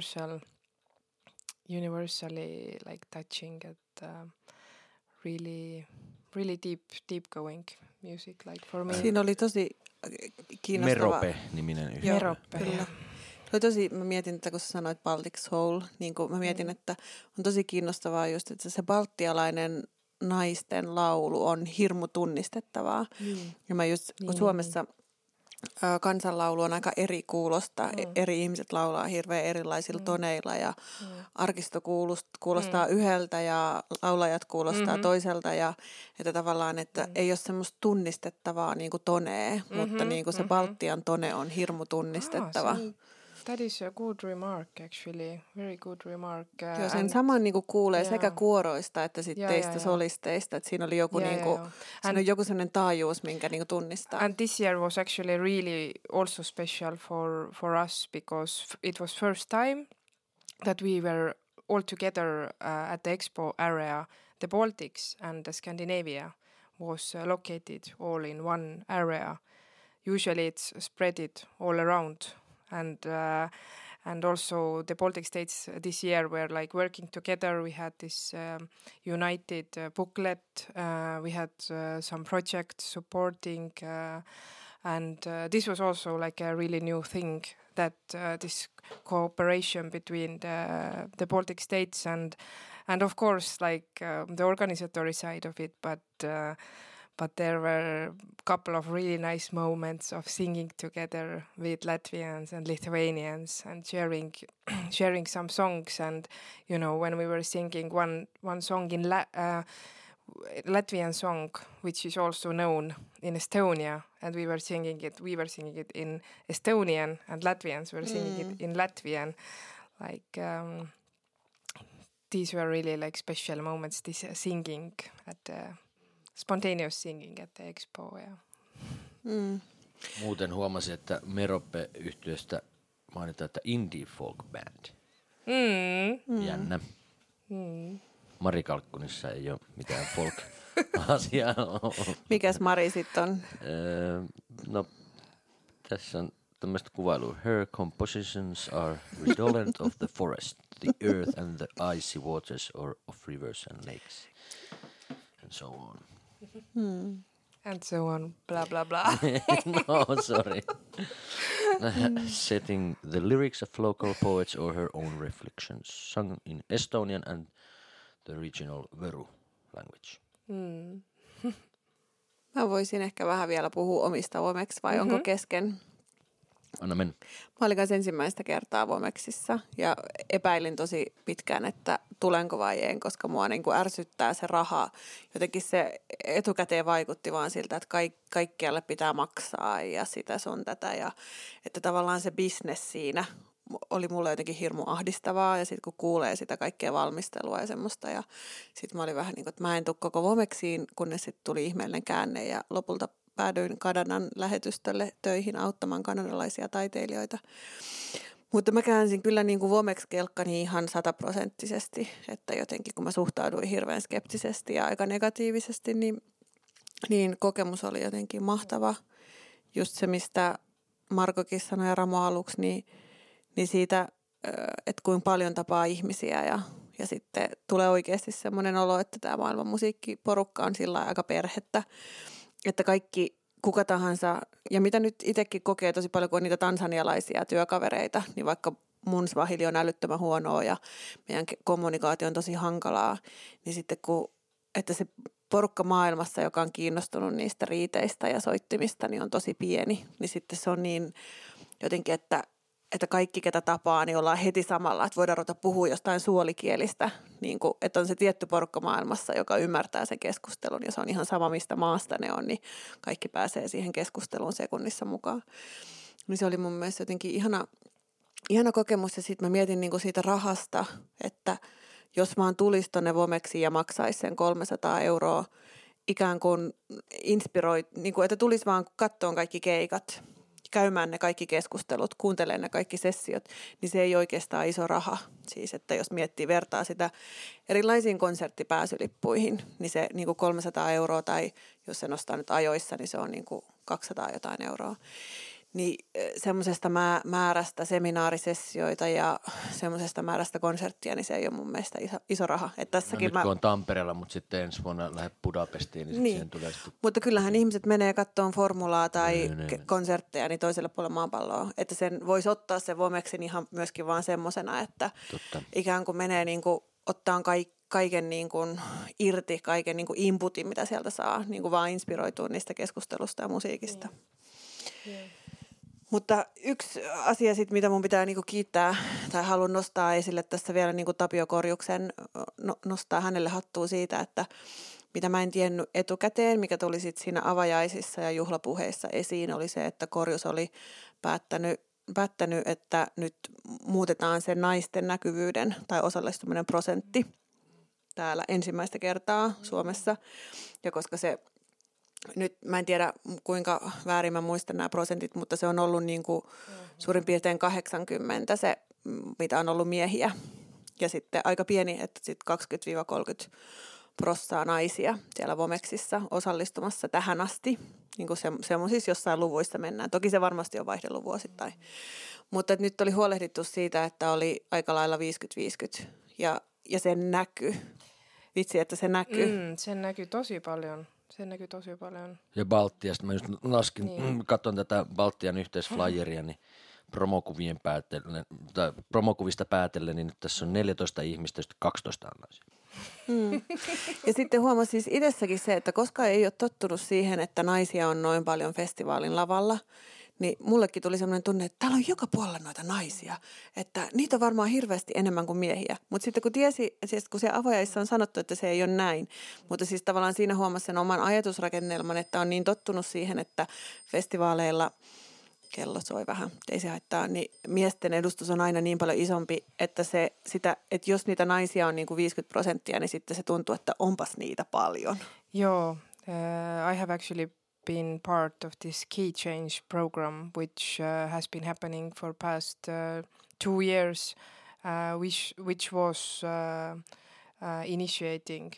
universally like touching at really deep going music like for me. Siinä oli tosi kiinnostava. Merope-niminen yhtiö. Merope, kyllä. Oli tosi, mä mietin, että kun sä sanoit Baltic Soul, niin kuin mä mietin, että on tosi kiinnostavaa just, että se baltialainen naisten laulu on hirmu tunnistettavaa. Ja mä just, kun Suomessa kansanlaulu on aika eri kuulosta, eri ihmiset laulaa hirveän erilaisilla toneilla ja arkisto kuulostaa yhdeltä ja laulajat kuulostaa toiselta ja että tavallaan, että ei ole semmoista tunnistettavaa niin kuin tonea, mutta niin kuin se Baltian tone on hirmu tunnistettava. That is a good remark actually, very good remark. Joo, sen saman niinku kuulee sekä kuoroista että sitten teistä solisteista, että siinä oli joku siinä on joku sellainen taajuus, minkä niinku tunnistaa. And this year was actually really also special for us because it was first time that we were all together at the expo area. The Baltics and the Scandinavia was located all in one area. Usually it's spread all around. And also the Baltic states this year were like working together. We had this united booklet. We had some projects supporting, and this was also like a really new thing that this cooperation between the Baltic states and of course like the organisatory side of it, but there were a couple of really nice moments of singing together with Latvians and Lithuanians and sharing some songs. And, you know, when we were singing one song in Latvian song, which is also known in Estonia, and we were singing it in Estonian, and Latvians were singing it in Latvian. Like, these were really like special moments, this singing at spontaneous singing at the expo. Yeah. Muuten huomasin, että Merope-yhtiöstä mainitaan, että indie folk band. Jännä. Mari Kalkkunissa ei ole mitään folk-asiaa. Mikäs Mari sitten on? No, tässä on tämmöistä kuvailua. Her compositions are redolent of the forest, the earth and the icy waters of rivers and lakes. And so on. And so on, blah, blah, blah. No, sorry. setting the lyrics of local poets or her own reflections, sung in Estonian and the regional Veru language. Mä voisin ehkä vähän vielä puhua omista Womeksi, vai onko kesken? Anna mennä. Mä olin kanssa ensimmäistä kertaa Womeksissa ja epäilin tosi pitkään, että tulenko vai en, koska mua niin kuin ärsyttää se raha. Jotenkin se etukäteen vaikutti vaan siltä, että kaikkialle pitää maksaa ja sitä sun tätä. Ja että tavallaan se business siinä oli mulle jotenkin hirmu ahdistavaa ja sitten kun kuulee sitä kaikkea valmistelua ja semmoista. Ja sitten mä olin vähän niin kuin, että mä en tule koko Womeksiin, kunnes sitten tuli ihmeellinen käänne ja lopulta päädyin Kanadan lähetystölle töihin auttamaan kanadalaisia taiteilijoita. Mutta mä käänsin kyllä niin kuin Womex-kelkkani ihan 100%, että jotenkin kun mä suhtauduin hirveän skeptisesti ja aika negatiivisesti, niin kokemus oli jotenkin mahtava. Just se, mistä Markokin sanoi ja Ramo aluksi, niin siitä, että kuinka paljon tapaa ihmisiä ja sitten tulee oikeasti semmoinen olo, että tämä maailman musiikkiporukka on sillä aika perhettä. Että kaikki, kuka tahansa, ja mitä nyt itsekin kokee tosi paljon, kun on niitä tansanialaisia työkavereita, niin vaikka mun swahili on älyttömän huonoa ja meidän kommunikaatio on tosi hankalaa, niin sitten että se porukka maailmassa, joka on kiinnostunut niistä riiteistä ja soittimista, niin on tosi pieni, niin sitten se on niin jotenkin, että kaikki, ketä tapaa, niin ollaan heti samalla, että voidaan ruveta puhua jostain suolikielistä, niin kuin, että on se tietty porukka maailmassa, joka ymmärtää sen keskustelun, ja se on ihan sama, mistä maasta ne on, niin kaikki pääsee siihen keskusteluun sekunnissa mukaan. Niin se oli mun mielestä jotenkin ihana kokemus, ja sitten mä mietin niin kuin siitä rahasta, että jos vaan tulisi tonne Womeksiin ja maksaisi sen 300 € ikään kuin inspiroit, niin kuin, että tulisi vaan kattoon kaikki keikat, käymään ne kaikki keskustelut, kuuntelemaan ne kaikki sessiot, niin se ei oikeastaan iso raha. Siis, että jos miettii, vertaa sitä erilaisiin konserttipääsylippuihin, niin se niin kuin 300 € tai jos se nostaa nyt ajoissa, niin se on niin kuin 200 jotain euroa. Niin semmoisesta määrästä seminaarisessioita ja semmoisesta määrästä konserttia, niin se ei ole mun mielestä iso raha. Että tässäkin nyt kun on Tampereella, mutta sitten ensi vuonna lähde Budapestiin, niin siihen tulee sitten. Mutta kyllähän ihmiset menee katsomaan formulaa tai konsertteja niin toiselle puolelle maapalloa. Että sen voisi ottaa sen Womexin ihan myöskin vaan semmosena, että ikään kuin menee niin kuin ottaa kaiken niin kuin irti, kaiken niin kuin inputin, mitä sieltä saa, niin kuin vaan inspiroitua niistä keskustelusta ja musiikista. Mutta yksi asia sitten, mitä mun pitää niinku kiittää tai haluan nostaa esille tässä vielä niinku Tapio Korjuksen, nostaa hänelle hattua siitä, että mitä mä en tiennyt etukäteen, mikä tuli sitten siinä avajaisissa ja juhlapuheissa esiin, oli se, että Korjus oli päättänyt, että nyt muutetaan sen naisten näkyvyyden tai osallistuminen prosentti täällä ensimmäistä kertaa Suomessa, ja koska se nyt mä en tiedä kuinka väärin mä muistan nämä prosentit, mutta se on ollut niin kuin suurin piirtein 80 se, mitä on ollut miehiä. Ja sitten aika pieni, että sitten 20-30% naisia siellä Womeksissa osallistumassa tähän asti. Niin kuin semmoisissa jossain luvuissa mennään. Toki se varmasti on vaihdellut vuosittain. Mutta nyt oli huolehdittu siitä, että oli aika lailla 50-50 ja se näkyy. Vitsi, että se näkyy. Se näkyy tosi paljon. Ja Baltiasta, mä just katson tätä Baltian yhteisflyeria, niin promokuvista päätellen, niin nyt tässä on 14 ihmistä, joista 12 on naisia. Ja sitten huomasin siis itsessäkin se, että koska ei ole tottunut siihen, että naisia on noin paljon festivaalin lavalla, niin mullekin tuli semmoinen tunne, että täällä on joka puolella noita naisia, että niitä on varmaan hirveästi enemmän kuin miehiä. Mutta sitten kun se avajaissa on sanottu, että se ei ole näin, mutta siis tavallaan siinä huomasi sen oman ajatusrakennelman, että on niin tottunut siihen, että festivaaleilla, kello soi vähän, ei se haittaa, niin miesten edustus on aina niin paljon isompi, että että jos niitä naisia on niin kuin 50%, niin sitten se tuntuu, että onpas niitä paljon. Joo, I have actually been part of this key change program, which has been happening for past 2 years, which was initiating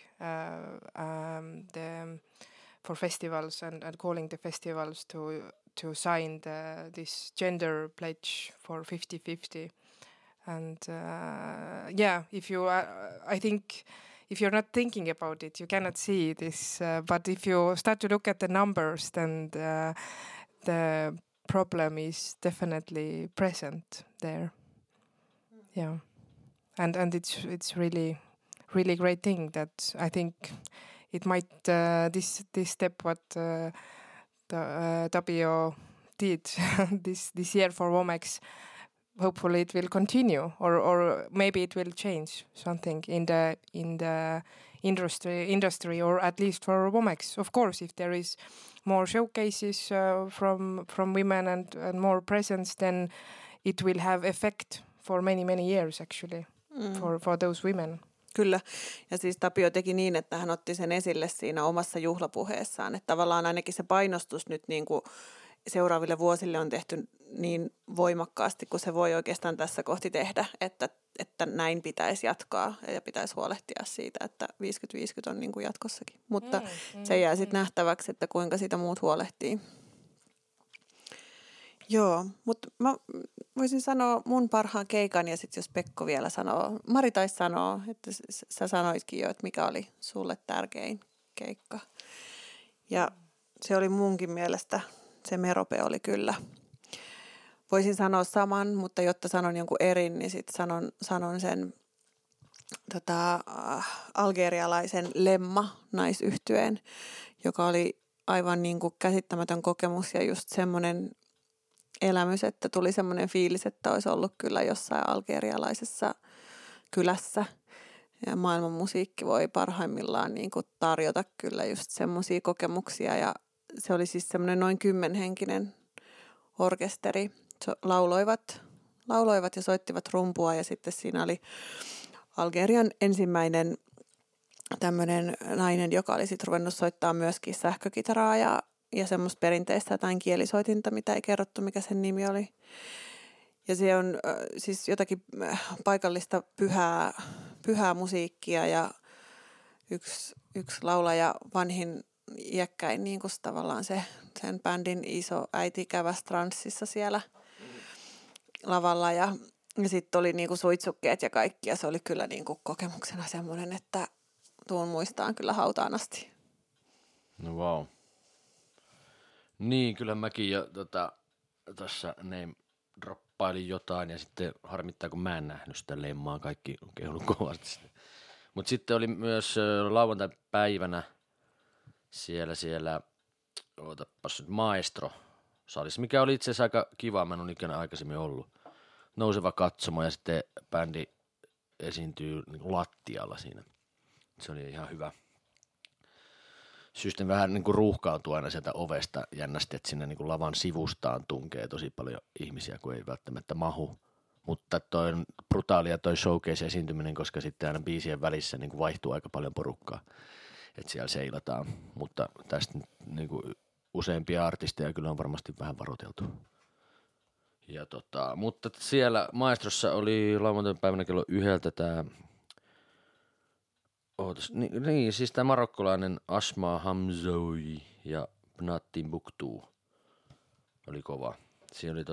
for festivals and calling the festivals to sign this gender pledge for 50-50. And if you, I think. If you're not thinking about it, you cannot see this. But if you start to look at the numbers, then problem is definitely present there. Yeah, and it's really great thing that I think it might this step what Tapio did this year for Womex. Hopefully it will continue, or maybe it will change something in the industry, or at least for Womex. Of course, if there is more showcases from women and more presence, then it will have effect for many years actually for those women. Kyllä. Ja siis Tapio teki niin, että hän otti sen esille siinä omassa juhlapuheessaan, että tavallaan ainakin se painostus nyt niin kuin seuraaville vuosille on tehty niin voimakkaasti, kun se voi oikeastaan tässä kohti tehdä, että näin pitäisi jatkaa ja pitäisi huolehtia siitä, että 50-50 on niin kuin jatkossakin. Mutta se jää sitten nähtäväksi, että kuinka sitä muut huolehtii. Joo, mutta mä voisin sanoa mun parhaan keikan ja sitten jos Pekko vielä sanoo, Mari taisi sanoa, että sä sanoitkin jo, että mikä oli sulle tärkein keikka. Ja se oli munkin mielestä, se Merope oli kyllä. Voisin sanoa saman, mutta jotta sanon jonkun erin, niin sitten sanon sen algerialaisen Lemma-naisyhtyeen, joka oli aivan niin kuin käsittämätön kokemus ja just semmoinen elämys, että tuli semmoinen fiilis, että olisi ollut kyllä jossain algerialaisessa kylässä. Ja maailman musiikki voi parhaimmillaan niin kuin tarjota kyllä just semmoisia kokemuksia. Ja se oli siis semmoinen noin 10-henkinen orkesteri. Lauloivat ja soittivat rumpua ja sitten siinä oli Algerian ensimmäinen tämmöinen nainen, joka oli sitten ruvennut soittaa myöskin sähkökitaraa ja semmoista perinteistä jotain kielisoitinta, mitä ei kerrottu, mikä sen nimi oli. Ja se on siis jotakin paikallista pyhää musiikkia ja yksi laulaja, vanhin iäkkäin, niin kuin tavallaan sen bändin iso äiti käväsi transsissa siellä lavalla ja sitten oli niin kuin suitsukkeet ja kaikki ja se oli kyllä niin kuin kokemuksena semmoinen, että tuun muistaan kyllä hautaan asti. No wow. Niin, kyllä mäkin jo tuossa name droppailin jotain ja sitten harmittaa, kun mä en nähnyt sitä Lemmaa, kaikki on kehunut kovasti. Mutta sitten oli myös lauantai-päivänä siellä ootapas nyt Maestro-salissa, mikä oli itse asiassa aika kiva, mä en ole ikinä aikaisemmin ollut. Nouseva katsomo ja sitten bändi esiintyy niin lattialla siinä. Se oli ihan hyvä. Systeemi vähän niin kuin ruuhkautuu aina sieltä ovesta jännästi, että sinne niin kuin lavan sivustaan tunkee tosi paljon ihmisiä, kun ei välttämättä mahu. Mutta toi on brutaalia toi showcase-esiintyminen, koska sitten aina biisien välissä niin kuin vaihtuu aika paljon porukkaa, että siellä seilataan. Mutta tästä niin kuin useampia artisteja kyllä on varmasti vähän varoiteltu. Ja mutta siellä Maestrossa oli lauantai-päivänä kello 1 tämä siis tämä marokkolainen Asma Hamzoui ja Bnat Timbuktu oli kova. Siinä oli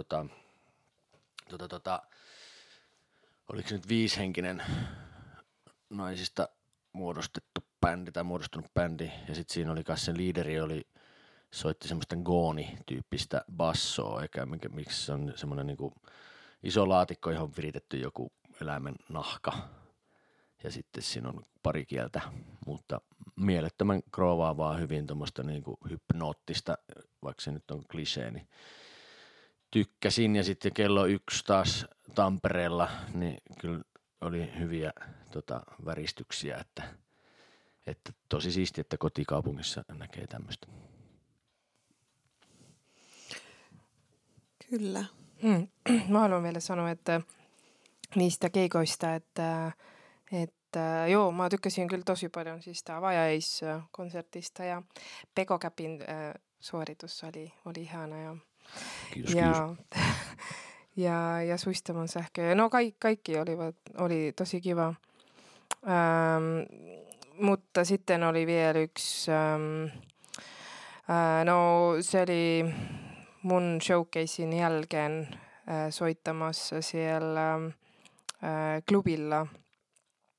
oliko se nyt 5-henkinen naisista muodostunut bändi ja sitten siinä oli myös sen liideri soitti semmoista gooni-tyyppistä bassoa, eikä miksi se on semmoinen niinku iso laatikko, johon on viritetty joku eläimen nahka. Ja sitten siinä on pari kieltä, mutta mielettömän kroovaavaa hyvin tuommoista niinku hypnoottista, vaikka se nyt on klisee, niin tykkäsin. Ja sitten kello 1 taas Tampereella, niin kyllä oli hyviä väristyksiä, että tosi siistiä, että kotikaupungissa näkee tämmöistä. Kyllä. Mä haluan vielä sanoa, että niistä keikoista, että joo, mä tykkäsin kyllä tosi paljon siis tää Vajais-konsertista ja Peko Käpin suoritus oli ihana Kiitos. ja Suistamon sähkö. No kaikki oli tosi kiva. Mutta sitten oli vielä yksi, se oli mun showcasein jälkeen soittamassa siellä klubilla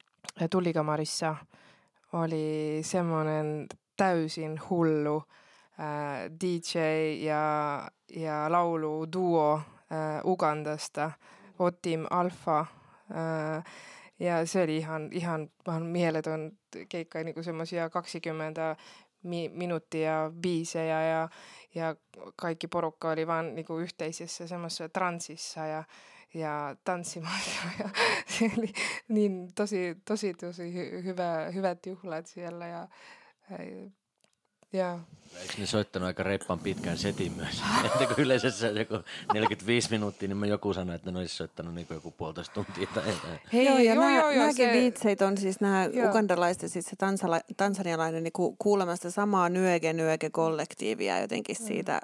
Tullikamarissa oli semmoinen täysin hullu DJ ja lauluduo Ugandasta, Otim Alfa. Ja se oli ihan mieletön keikka, niin kuin semmoisia 20 minuuttia biisejä ja kaikki porukka oli vaan niin kuin yhteisessä semmoisessa transissa ja tanssimassa. Ja se oli niin tosi hyvät juhlat siellä ja Eikö ne soittanut aika reippaan pitkään setin myös? Että kun yleensä joku 45 minuuttia, niin joku sanoi, että ne olisi soittanut niin joku 1,5 tuntia tai jotain. Nämäkin viitseit on siis nämä ugandalaiset, siis se tansanialainen, niin kuulemasta samaa nyege-kollektiivia jotenkin siitä.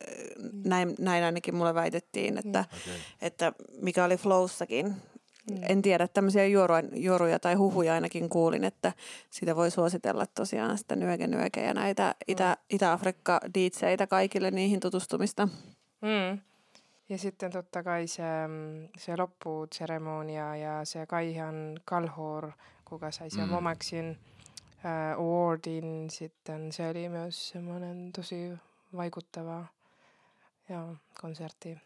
Näin ainakin mulle väitettiin, että mikä oli Flowssakin. En tiedä, tämmöisiä juoruja tai huhuja ainakin kuulin, että sitä voi suositella tosiaan sitä nyege ja näitä Itä-Afrikka DJ:itä kaikille niihin tutustumista. Ja sitten totta kai se lopputseremonia ja se Kaihan Kalhor, kuka sai sen Womexin awardin, sitten se oli myös semmoinen tosi vaikuttava konsertti.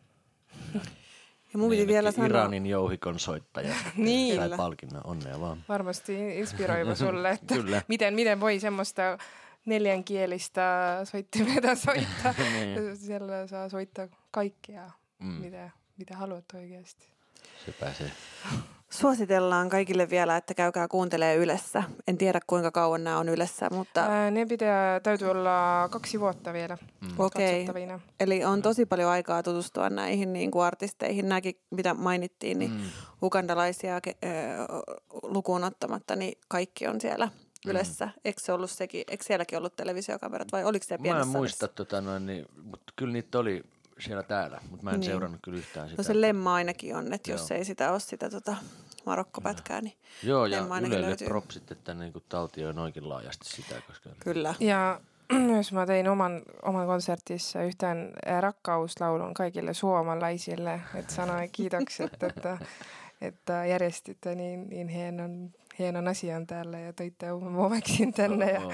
Ja mun piti vielä sanoa... Iranin jouhikon soittaja niin. sai palkinnon, onnea vaan. Varmasti inspiroiva sulle, että miten voi semmoista 4-kielistä soittimeta soittaa. Siellä saa soittaa kaikkea, mitä haluat oikeasti. Se pääsee. Suositellaan kaikille vielä, että käykää kuuntelee Ylessä. En tiedä kuinka kauan nämä on Ylessä, mutta... Ne täytyy olla 2 vuotta vielä katsottavina. Eli on tosi paljon aikaa tutustua näihin niin kuin artisteihin. Nämäkin, mitä mainittiin, niin ugandalaisia lukuun ottamatta, niin kaikki on siellä Ylessä. Eikö sielläkin ollut televisiokamerat vai oliko se pienessä? Mä en muista, mutta kyllä niitä oli siellä täällä, mutta mä en seurannut kyllä yhtään sitä. No se Lemma ainakin on, että jos ei sitä ole sitä Marokko-pätkää, niin joo, ja Ylelle löytyy. propsit, että niin taltioi noinkin laajasti sitä. Koska... Kyllä. Ja myös mä tein oman konsertissa yhtään rakkauslaulun kaikille suomalaisille, että sanoin kiitokset, että järjestitte niin hienon asian täällä ja toitte Womexin tänne. Ja,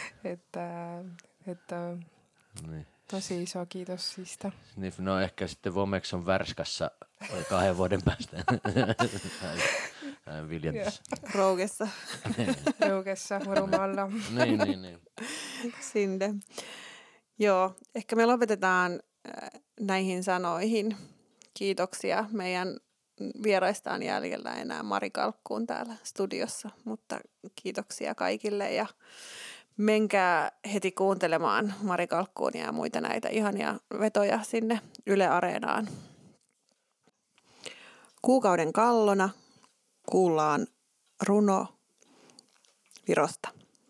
että tosi iso kiitos siitä. No ehkä sitten Womex on Värskassa 2 vuoden päästä. Viljentissä. Rougessa. Rougessa, Murumaalla. niin. Sinne. Joo, ehkä me lopetetaan näihin sanoihin. Kiitoksia. Meidän vieraista on jäljellä enää Mari Kalkkuun täällä studiossa, mutta kiitoksia kaikille ja menkää heti kuuntelemaan Mari Kalkkuunia ja muita näitä ihania vetoja sinne Yle Areenaan. Kuukauden kallona kuullaan runo Virosta.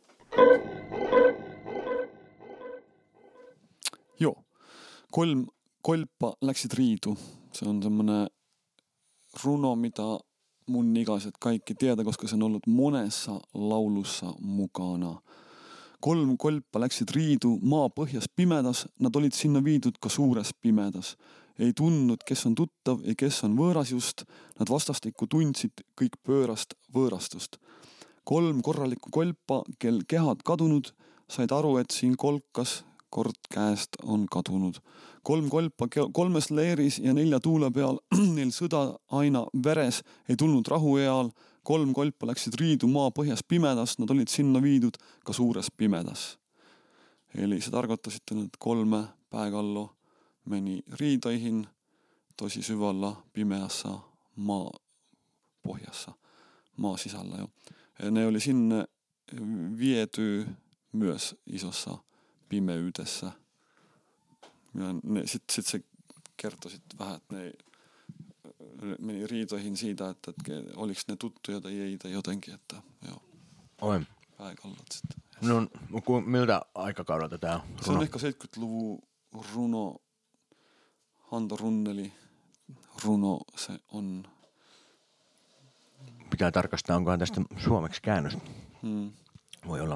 Joo. 3 kolppa läksid riidu. Se on semmoinen runo, mitä mun ikäiset kaikki tietää, koska se on ollut monessa laulussa mukana. 3 kolppa läksid riidu maa põhjas pimedas, nad olid sinna viidud ka suures pimedas. Ei tundnud, kes on tuttav ja kes on võõras just, nad vastastikku tundsid kõik pöörast võõrastust. 3 korralikku kolpa, kel kehad kadunud, said aru, et siin kolkas kord käest on kadunud. 3 kolpa 3 leeris ja 4 tuule peal, neil sõda aina veres, ei tulnud rahu eal. 3 kolpa läksid riidu maa põhjas pimedas, nad olid sinna viidud ka suures pimedas. Eli se tarkoittaa sitten, että 3 pääkallo meni riitoihin tosi syvällä pimeässä maapohjassa, maa sisällä. Jo. Ja ne oli sinne viety myös isossa pimeydessä. Ja sit se kertoi sit vähän, että ne meni riitoihin siitä, että oliko ne tuttuja tai ei tai jotenkin, että joo. Oi. Pääkallot sitten. No, miltä aikakaudelta tää runo? Se on ehkä 70-luvun runo, Hanto Runneli runo se on. Pitää tarkastaa, onkohan tästä suomeksi käännös. Voi olla.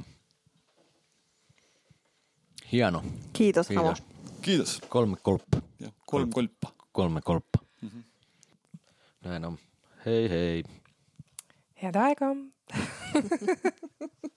Hieno. Kiitos, Hamo. Kiitos. 3 kolppa. Ja 3 kolppa. 3 kolppa. Näin on. Hei hei. Head aikaa.